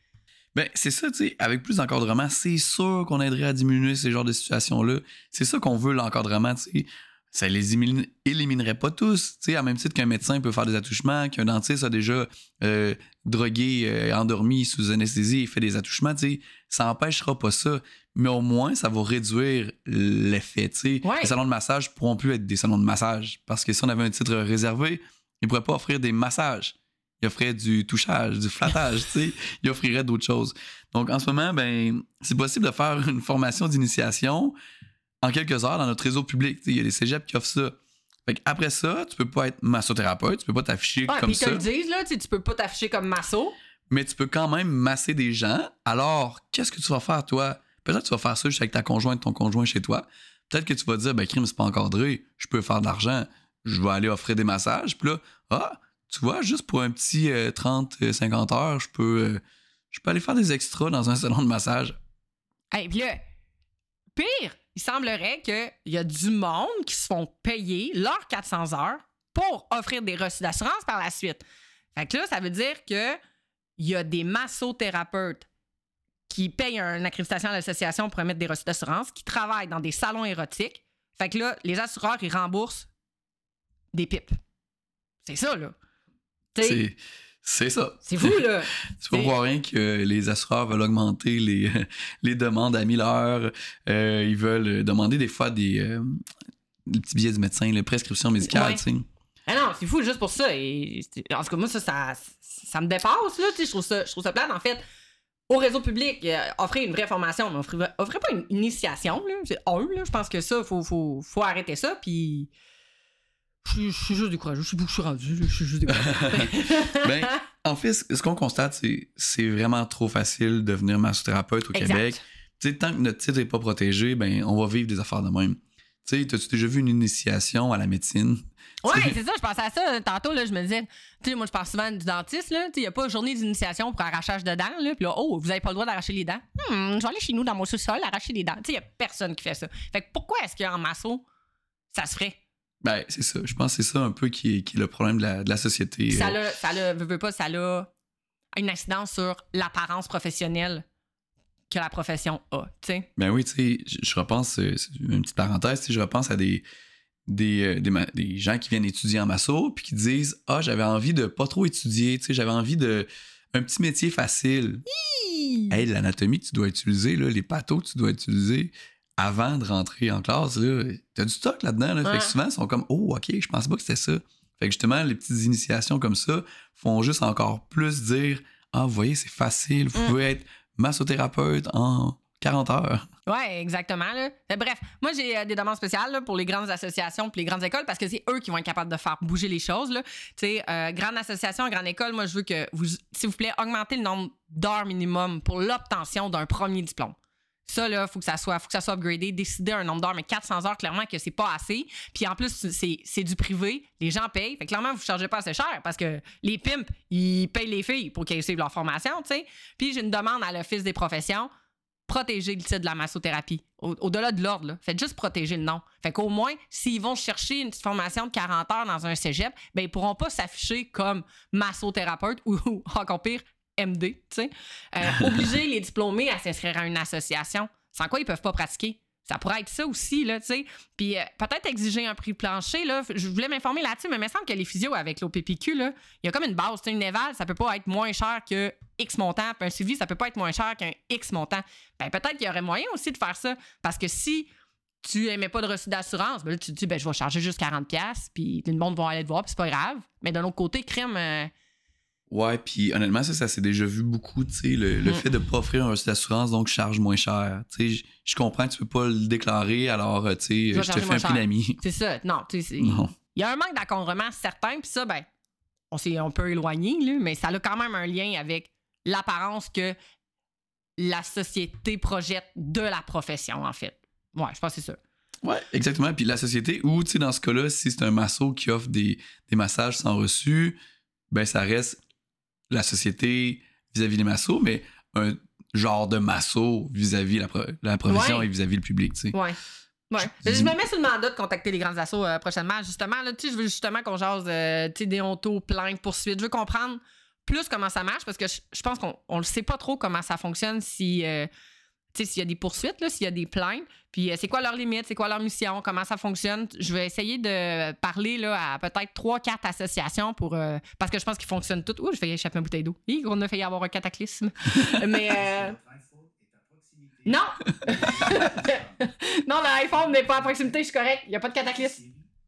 Ben, c'est ça, tu sais, avec plus d'encadrement, c'est sûr qu'on aiderait à diminuer ces genres de situations-là. C'est ça qu'on veut, l'encadrement, tu sais. Ça les élimine- éliminerait pas tous, tu sais, à même titre qu'un médecin peut faire des attouchements, qu'un dentiste a déjà euh, drogué, euh, endormi sous anesthésie et fait des attouchements, tu sais. Ça n'empêchera pas ça. Mais au moins, ça va réduire l'effet, tu sais.
Ouais.
Les salons de massage ne pourront plus être des salons de massage. Parce que si on avait un titre réservé, ils ne pourraient pas offrir des massages. Ils offriraient du touchage, du flattage, tu sais. Ils offriraient d'autres choses. Donc, en ce moment, ben, c'est possible de faire une formation d'initiation en quelques heures dans notre réseau public. Il y a des cégeps qui offrent ça. Fait après ça, tu peux pas être massothérapeute, tu peux pas t'afficher
Ouais,
comme
puis
ça.
ils te le disent, là, tu sais, tu peux pas t'afficher comme masso.
Mais tu peux quand même masser des gens. Alors, qu'est-ce que tu vas faire, toi? Peut-être que tu vas faire ça juste avec ta conjointe, ton conjoint chez toi. Peut-être que tu vas dire, ben, crime, c'est pas encadré, je peux faire de l'argent, je vais aller offrir des massages. Puis là, ah, tu vois, juste pour un petit euh, trente à cinquante heures, je peux, euh, je peux aller faire des extras dans un salon de massage.
Hey, puis là, pire, il semblerait qu'il y a du monde qui se font payer leurs quatre cents heures pour offrir des reçus d'assurance par la suite. Fait que là, ça veut dire que il y a des massothérapeutes qui payent une accréditation à l'association pour émettre des reçus d'assurance, qui travaillent dans des salons érotiques. Fait que là, les assureurs, ils remboursent des pipes. C'est ça, là.
C'est, c'est ça.
C'est fou, là.
Tu peux voir rien que les assureurs veulent augmenter les, les demandes à mille heures. Euh, ils veulent demander des fois des, euh, des petits billets du médecin, les prescriptions médicales,
Ouais.
tu sais.
Ah non, c'est fou juste pour ça. Et en tout cas, moi, ça, ça, ça me dépasse, là. Je trouve ça, je trouve ça plate. En fait, au réseau public, euh, offrir une vraie formation, mais offrir, offrir pas une initiation, là. C'est un, là. Je pense que ça, faut, faut, faut arrêter ça. Puis. Je suis juste découragé. Je sais pas où je suis rendu. Je suis juste découragé.
Ben, en fait, ce ce qu'on constate, c'est c'est vraiment trop facile de devenir massothérapeute au
Exact.
Québec. Tu sais, tant que notre titre n'est pas protégé, ben, on va vivre des affaires de même. Tu sais, t'as-tu déjà vu une initiation à la médecine?
Ouais, c'est ça, je pensais à ça tantôt, là, je me disais, tu sais, moi, je parle souvent du dentiste, là, tu sais, il n'y a pas de journée d'initiation pour arrachage de dents, là, puis là, oh, vous n'avez pas le droit d'arracher les dents. Hmm, je vais aller chez nous dans mon sous-sol, arracher les dents. Tu sais, il n'y a personne qui fait ça. Fait que pourquoi est-ce qu'en masso, ça se ferait?
Ben, c'est ça. Je pense que c'est ça un peu qui est, qui est le problème de la, de la société.
Ça l'a, ça l'a, veux, veux pas, ça a une incidence sur l'apparence professionnelle que la profession a, tu sais.
Ben oui, tu sais, je, je repense, euh, c'est une petite parenthèse, tu sais, je repense à des, des, euh, des, ma- des gens qui viennent étudier en masso puis qui disent « Ah, j'avais envie de pas trop étudier, tu sais, j'avais envie de un petit métier facile. » Hey, l'anatomie que tu dois utiliser, là, les pathos que tu dois utiliser avant de rentrer en classe, là, t'as du stock là-dedans. Là. Fait
Ouais.
que souvent, ils sont comme « Oh, OK, je pensais pas que c'était ça. » Fait que justement, les petites initiations comme ça font juste encore plus dire « Ah, vous voyez, c'est facile, vous
Mm.
pouvez être massothérapeute en quarante heures. »
Ouais, exactement. Là. Euh, Bref, moi, j'ai euh, des demandes spéciales là, pour les grandes associations et les grandes écoles parce que c'est eux qui vont être capables de faire bouger les choses. Tu sais, euh, grande association, grande école, moi, je veux que vous, s'il vous plaît, augmentez le nombre d'heures minimum pour l'obtention d'un premier diplôme. Ça, là, faut que ça soit, faut que ça soit upgradé, décider un nombre d'heures, mais quatre cents heures, clairement que c'est pas assez. Puis en plus, c'est, c'est du privé, les gens payent. Fait que clairement, vous ne chargez pas assez cher parce que les pimps, ils payent les filles pour qu'elles suivent leur formation, tu sais. Puis j'ai une demande à l'Office des professions, protéger le titre de la massothérapie. Au- au-delà de l'ordre, là. Faites juste protéger le nom. Fait qu'au moins, s'ils vont chercher une petite formation de quarante heures dans un cégep, ben ils pourront pas s'afficher comme massothérapeute ou, ou encore pire, M D, tu sais. Euh, obliger les diplômés à s'inscrire à une association, sans quoi ils peuvent pas pratiquer. Ça pourrait être ça aussi, là, tu sais. Puis euh, peut-être exiger un prix plancher, là. Je voulais m'informer là-dessus, mais il me semble que les physios avec l'O P P Q, là, il y a comme une base. Tu sais, une éval, ça peut pas être moins cher que X montant. Puis un suivi, ça peut pas être moins cher qu'un X montant. Ben peut-être qu'il y aurait moyen aussi de faire ça. Parce que si tu émets pas de reçu d'assurance, ben là, tu te dis, ben je vais charger juste quarante dollars, puis tout le monde va aller te voir, puis c'est pas grave. Mais d'un autre côté, crème... euh,
Ouais, puis honnêtement, ça, ça s'est déjà vu beaucoup, tu sais, le, le
Mm.
fait de pas offrir un reçu d'assurance, donc je charge moins cher. Tu sais, je- je comprends que tu peux pas le déclarer, alors, euh, tu sais,
Je vais
je te
charger
fais
moins
un
cher.
prix d'ami.
C'est ça. Non, tu sais, c'est-
Non.
il y a un manque d'encadrement certain, puis ça, ben, on s'est un peu éloigné, là, mais ça a quand même un lien avec l'apparence que la société projette de la profession, en fait. Ouais, je pense que c'est ça.
Ouais, exactement. Puis la société, ou, tu sais, dans ce cas-là, si c'est un masso qui offre des, des massages sans reçu, ben, ça reste la société vis-à-vis des massos, mais un genre de masso vis-à-vis la, pro- la profession
Ouais.
et vis-à-vis le public, tu sais.
Ouais. Ouais.
Je-
Je me mets sur le mandat de contacter les grandes assos euh, prochainement. Justement, là, tu sais, je veux justement qu'on jase euh, tu sais, déonto, plainte, poursuite. Je veux comprendre plus comment ça marche parce que je, je pense qu'on on le sait pas trop comment ça fonctionne si... Euh, tu sais, s'il y a des poursuites, là, s'il y a des plaintes, puis euh, c'est quoi leurs limites, c'est quoi leur mission, comment ça fonctionne. Je vais essayer de parler là, à peut-être trois, quatre associations pour euh, parce que je pense qu'ils fonctionnent toutes. Ouh, je vais échapper ma bouteille d'eau. Hi, on a failli avoir un cataclysme. Mais euh... non! Non, l'iPhone n'est pas à proximité, je suis correct. Il n'y a pas de cataclysme.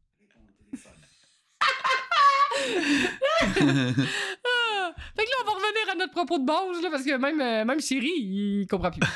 Ah, fait que là, on va revenir à notre propos de base, là, parce que même, euh, même Siri, il comprend plus.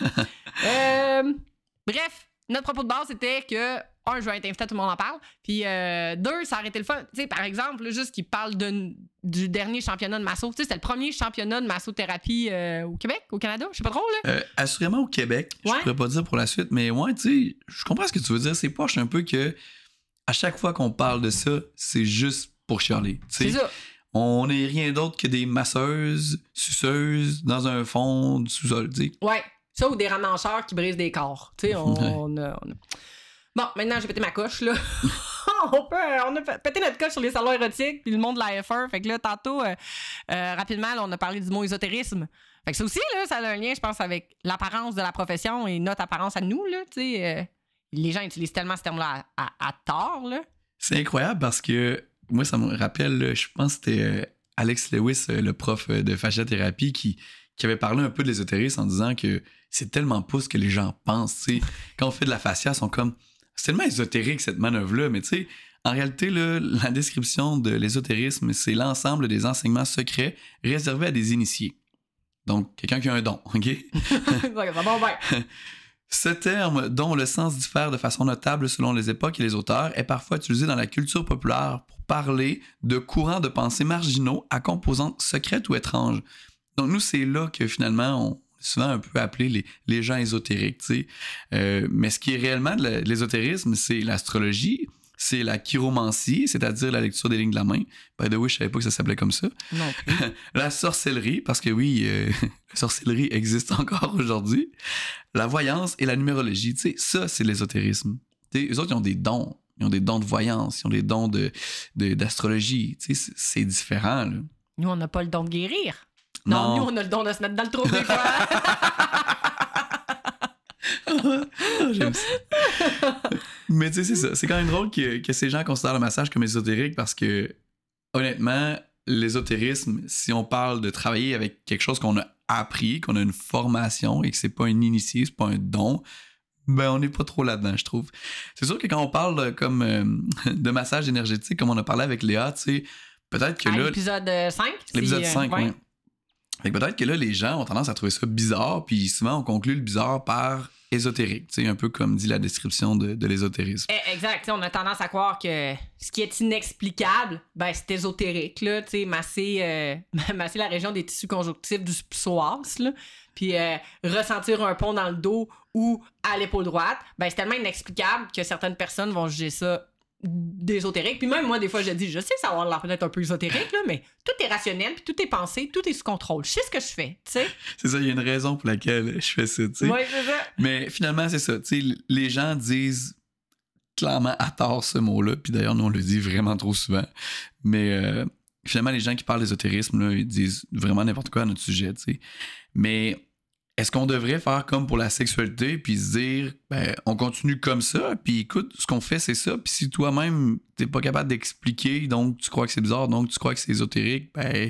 euh, bref, notre propos de base, c'était que, un, je vais être invité, tout le monde en parle, puis euh, deux, ça a arrêté le fun. Tu sais, par exemple, là, juste qu'il parle de, du dernier championnat de masso. Tu sais, c'était le premier championnat de massothérapie euh, au Québec, au Canada, je sais pas trop, là.
Euh, assurément au Québec,
ouais.
Je pourrais pas dire pour la suite, mais ouais, tu sais, je comprends ce que tu veux dire. C'est poche un peu que à chaque fois qu'on parle de ça, c'est juste pour chialer.
C'est ça.
On n'est rien d'autre que des masseuses, suceuses dans un fond du sous-sol, tu sais.
Ouais, ça ou des ramancheurs qui brisent des corps. Tu sais, on,
Ouais.
on, a, on a... Bon, maintenant, j'ai pété ma coche, là. on, peut, on a pété notre coche sur les salons érotiques puis le monde de la F un. Fait que là, tantôt, euh, euh, rapidement, là, on a parlé du mot ésotérisme. Fait que ça aussi, là, ça a un lien, je pense, avec l'apparence de la profession et notre apparence à nous, là, tu sais. Euh, les gens utilisent tellement ce terme-là à, à, à tort, là.
C'est incroyable parce que moi, ça me rappelle, là, je pense que c'était euh, Alex Lewis, euh, le prof euh, de fasciathérapie, qui, qui avait parlé un peu de l'ésotérisme en disant que c'est tellement pouce que les gens pensent. T'sais. Quand on fait de la fascia, ils sont comme... C'est tellement ésotérique, cette manœuvre-là, mais tu sais, en réalité, là, la description de l'ésotérisme, c'est l'ensemble des enseignements secrets réservés à des initiés. Donc, quelqu'un qui a un don, OK?
bon, ben.
Ce terme, dont le sens diffère de façon notable selon les époques et les auteurs, est parfois utilisé dans la culture populaire pour parler de courants de pensée marginaux à composantes secrètes ou étranges. Donc nous, c'est là que finalement, on est souvent un peu appelé les, les gens ésotériques, tu sais. Euh, mais ce qui est réellement de l'ésotérisme, c'est l'astrologie, c'est la chiromancie, c'est-à-dire la lecture des lignes de la main. By the way, je savais pas que ça s'appelait comme ça.
Non plus.
La sorcellerie, parce que oui, euh, la sorcellerie existe encore aujourd'hui. La voyance et la numérologie, tu sais, ça, c'est l'ésotérisme. Tu sais, eux autres, ils ont des dons. Ils ont des dons de voyance, ils ont des dons de, de, d'astrologie. Tu sais, c'est, c'est différent, là.
Nous, on n'a pas le don de guérir. Non,
Non,
nous, on a le don de se mettre dans le trou des fois.
Oh, j'aime ça. Mais tu sais, c'est ça. C'est quand même drôle que, que ces gens considèrent le massage comme ésotérique parce que, honnêtement, l'ésotérisme, si on parle de travailler avec quelque chose qu'on a appris, qu'on a une formation et que c'est pas un initié, c'est pas un don, ben on n'est pas trop là-dedans, je trouve. C'est sûr que quand on parle comme euh, de massage énergétique, comme on a parlé avec Léa, tu sais, peut-être que
à
là...
l'épisode cinq?
L'épisode
si,
cinq,
euh, ouais.
oui. Fait que peut-être que là, les gens ont tendance à trouver ça bizarre, puis souvent on conclut le bizarre par ésotérique, tu sais, un peu comme dit la description de, de l'ésotérisme.
Eh, exact. T'sais, on a tendance à croire que ce qui est inexplicable, ben c'est ésotérique, là. Tu sais, masser, euh, masser la région des tissus conjonctifs du psoas, là. Puis euh, ressentir un pont dans le dos ou à l'épaule droite, ben c'est tellement inexplicable que certaines personnes vont juger ça d'ésotérique. Puis même moi, des fois, je dis, je sais que ça va avoir l'air peut-être un peu ésotérique, là, mais tout est rationnel, puis tout est pensé, tout est sous contrôle. Je sais ce que je fais, tu sais.
C'est ça, il y a une raison pour laquelle je fais ça, tu sais.
Oui, c'est ça.
Mais finalement, c'est ça, tu sais, les gens disent clairement à tort ce mot-là, puis d'ailleurs, nous, on le dit vraiment trop souvent. Mais euh, finalement, les gens qui parlent d'ésotérisme, là, ils disent vraiment n'importe quoi à notre sujet, tu sais. Mais est-ce qu'on devrait faire comme pour la sexualité puis se dire, ben, on continue comme ça, puis écoute, ce qu'on fait, c'est ça, puis si toi-même, t'es pas capable d'expliquer, donc tu crois que c'est bizarre, donc tu crois que c'est ésotérique, ben,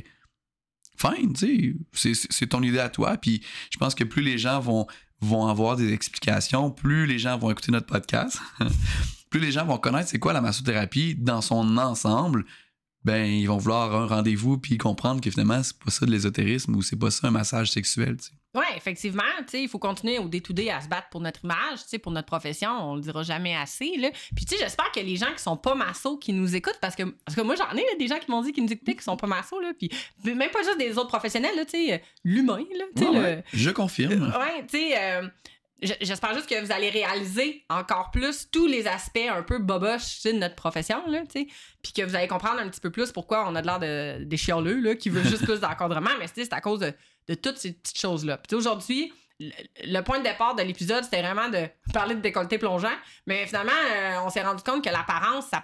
fine, tu sais, c'est, c'est ton idée à toi, puis je pense que plus les gens vont, vont avoir des explications, plus les gens vont écouter notre podcast, plus les gens vont connaître c'est quoi la massothérapie dans son ensemble, ben, ils vont vouloir un rendez-vous puis comprendre que finalement, c'est pas ça de l'ésotérisme ou c'est pas ça un massage sexuel, tu sais.
Oui, effectivement, tu sais, il faut continuer au day-to-day à se battre pour notre image, tu sais, pour notre profession, on le dira jamais assez, là. Puis, tu sais, j'espère que les gens qui sont pas massos qui nous écoutent, parce que, parce que moi, j'en ai là, des gens qui m'ont dit qu'ils nous écoutaient qui sont pas massos, là, puis même pas juste des autres professionnels, là, tu sais, l'humain, là, tu sais.
Ouais,
le...
ouais, je confirme.
Euh, ouais, tu sais, euh, j'espère juste que vous allez réaliser encore plus tous les aspects un peu boboches de notre profession, là, tu sais, puis que vous allez comprendre un petit peu plus pourquoi on a de l'air de, des chialeux, là, qui veulent juste plus d'encadrement, mais c'est à cause de, de toutes ces petites choses-là. Puis aujourd'hui, le, le point de départ de l'épisode, c'était vraiment de parler de décolleté plongeant, mais finalement, euh, on s'est rendu compte que l'apparence, ça,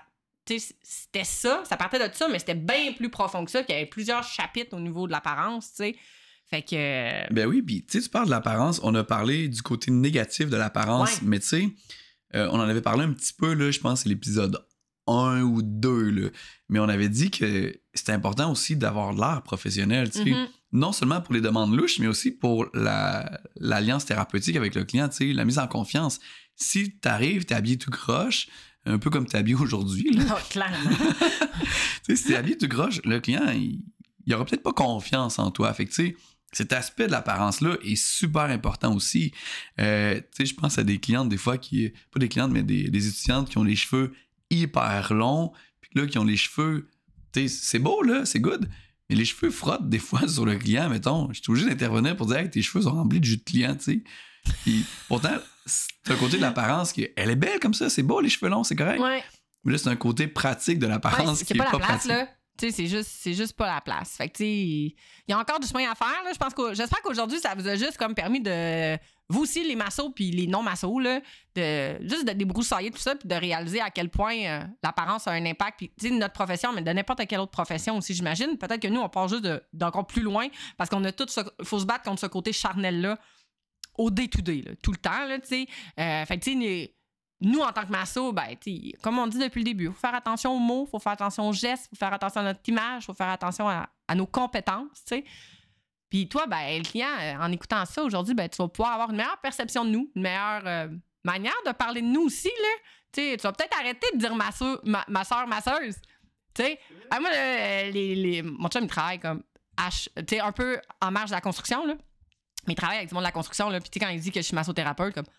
tu sais, c'était ça, ça partait de ça, mais c'était bien plus profond que ça, qu'il y avait plusieurs chapitres au niveau de l'apparence, tu sais. Fait que... euh,
Ben oui, puis tu sais, tu parles de l'apparence, on a parlé du côté négatif de l'apparence,
Ouais.
mais tu sais, euh, on en avait parlé un petit peu, là, je pense que c'est l'épisode un ou deux, là, mais on avait dit que c'était important aussi d'avoir l'air professionnel, tu sais.
mhm.
Non seulement pour les demandes louches, mais aussi pour la, l'alliance thérapeutique avec le client, tu sais, la mise en confiance. Si t'arrives, t'es habillé tout croche, un peu comme t'es habillé aujourd'hui, là,
Oh, clairement.
tu sais, si t'es habillé tout croche, le client, il, il aura peut-être pas confiance en toi. Fait que, tu sais, cet aspect de l'apparence-là est super important aussi. Euh, tu sais, je pense à des clientes, des fois, qui... Pas des clientes, mais des, des étudiantes qui ont les cheveux hyper longs, puis là, qui ont les cheveux... Tu sais, c'est beau, là, c'est good, mais les cheveux frottent des fois sur le client, mettons. Je suis obligé d'intervenir pour dire hey, « tes cheveux sont remplis de jus de client », tu sais. Puis pourtant, c'est un côté de l'apparence qui... Elle est belle comme ça, c'est beau, les cheveux longs, c'est correct.
Ouais.
Mais là, c'est un côté pratique de
Ouais,
l'apparence
c'est
qui
c'est
est
pas
pas,
la place,
pratique.
là. Tu sais, c'est juste, c'est juste pas la place. Fait que, tu sais, il y a encore du chemin à faire, là. Je pense que, j'espère qu'aujourd'hui, ça vous a juste comme permis de... Vous aussi, les massos puis les non-massos, là, de juste de débroussailler tout ça puis de réaliser à quel point euh, l'apparence a un impact. Puis, tu sais, notre profession, mais de n'importe quelle autre profession aussi, j'imagine. Peut-être que nous, on part juste de- d'encore plus loin parce qu'on a tout ce... faut se battre contre ce côté charnel-là au day-to-day, là, tout le temps, là, tu sais. Euh, fait que, tu sais, les- nous, en tant que masso, ben, tu sais, comme on dit depuis le début, il faut faire attention aux mots, il faut faire attention aux gestes, il faut faire attention à notre image, il faut faire attention à, à nos compétences, tu sais. Puis toi, ben, le client, euh, en écoutant ça aujourd'hui, ben, tu vas pouvoir avoir une meilleure perception de nous, une meilleure euh, manière de parler de nous aussi, là. Tu sais, tu vas peut-être arrêter de dire ma, sou- ma, ma soeur masseuse. Tu sais, ah, moi, là, les, les, mon chum, il travaille comme H, tu sais, un peu en marge de la construction, là. Mais il travaille avec du monde de la construction, là. Puis tu sais, quand il dit que je suis massothérapeute, comme,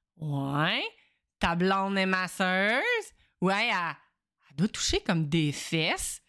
ouais, ta blonde est masseuse? Ouais, elle, elle doit toucher comme des fesses.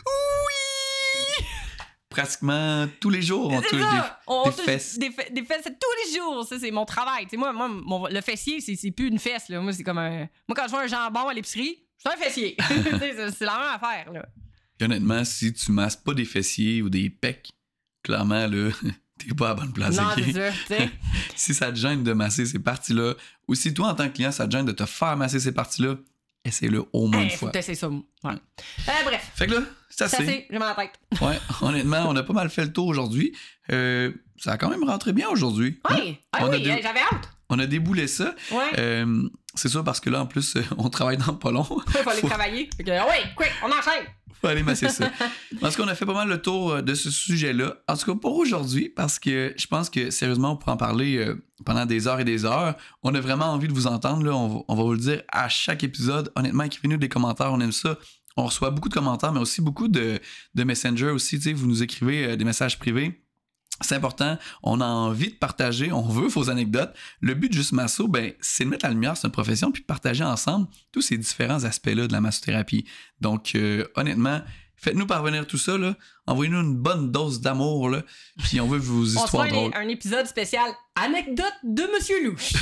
Oui!
Pratiquement tous les jours, on
C'est
touche
ça!
des,
On
des
touche
fesses.
Des, fe- des fesses tous les jours. Ça, c'est mon travail. Tu sais, moi, moi mon- le fessier, c'est, c'est plus une fesse. Là. Moi, c'est comme un... Moi, quand je vois un jambon à l'épicerie, c'est un fessier. Tu sais, c'est, c'est la même affaire. Là.
Puis honnêtement, si tu masses pas des fessiers ou des pecs, clairement, là, t'es pas à la bonne place.
Non,
ok?
c'est ça. Tu sais.
Si ça te gêne de masser ces parties-là, ou si toi, en tant que client, ça te gêne de te faire masser ces parties-là, essaie-le au moins
Hey,
une
faut
fois.
que t'essaies ça. moi. Ouais. Euh, bref,
Fait que là, c'est
c'est
assez.
assez. J'ai mal à la tête.
Ouais, honnêtement, on a pas mal fait le tour aujourd'hui. Euh, ça a quand même rentré bien aujourd'hui. hein?
Oui, ah,
On a
oui,
deux-
hey, j'avais hâte.
On a déboulé ça.
Ouais,
Euh, c'est ça parce que là, en plus, euh, on travaille dans pas long.
il faut aller
faut-
travailler. Fait que, ouais, quick, on enchaîne.
Faut aller masser ça. Parce qu'on a fait pas mal le tour euh, de ce sujet-là. En tout cas, pour aujourd'hui, parce que je pense que, sérieusement, on pourra en parler euh, pendant des heures et des heures. On a vraiment envie de vous entendre. Là. On, va, on va vous le dire à chaque épisode. Honnêtement, écrivez-nous des commentaires. On aime ça. On reçoit beaucoup de commentaires, mais aussi beaucoup de, de Messenger aussi. Tu sais, vous nous écrivez euh, des messages privés. C'est important, on a envie de partager, on veut vos anecdotes. Le but de Juste Masso, ben, c'est de mettre la lumière sur notre profession puis de partager ensemble tous ces différents aspects-là de la massothérapie. Donc, euh, honnêtement, faites-nous parvenir tout ça, là. Envoyez-nous une bonne dose d'amour, là. Puis on veut vos
On se
histoires
fait
drôles.
un, un épisode spécial anecdote de Monsieur Louche.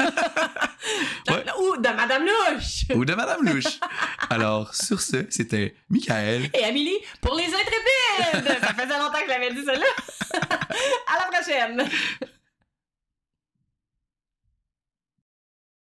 De-
Ouais.
Ou de Madame Louche.
Ou de Madame Louche. Alors, sur ce, c'était Michael.
Et Amélie pour les intrépides. Ça faisait longtemps que je l'avais dit, celle-là. À la prochaine.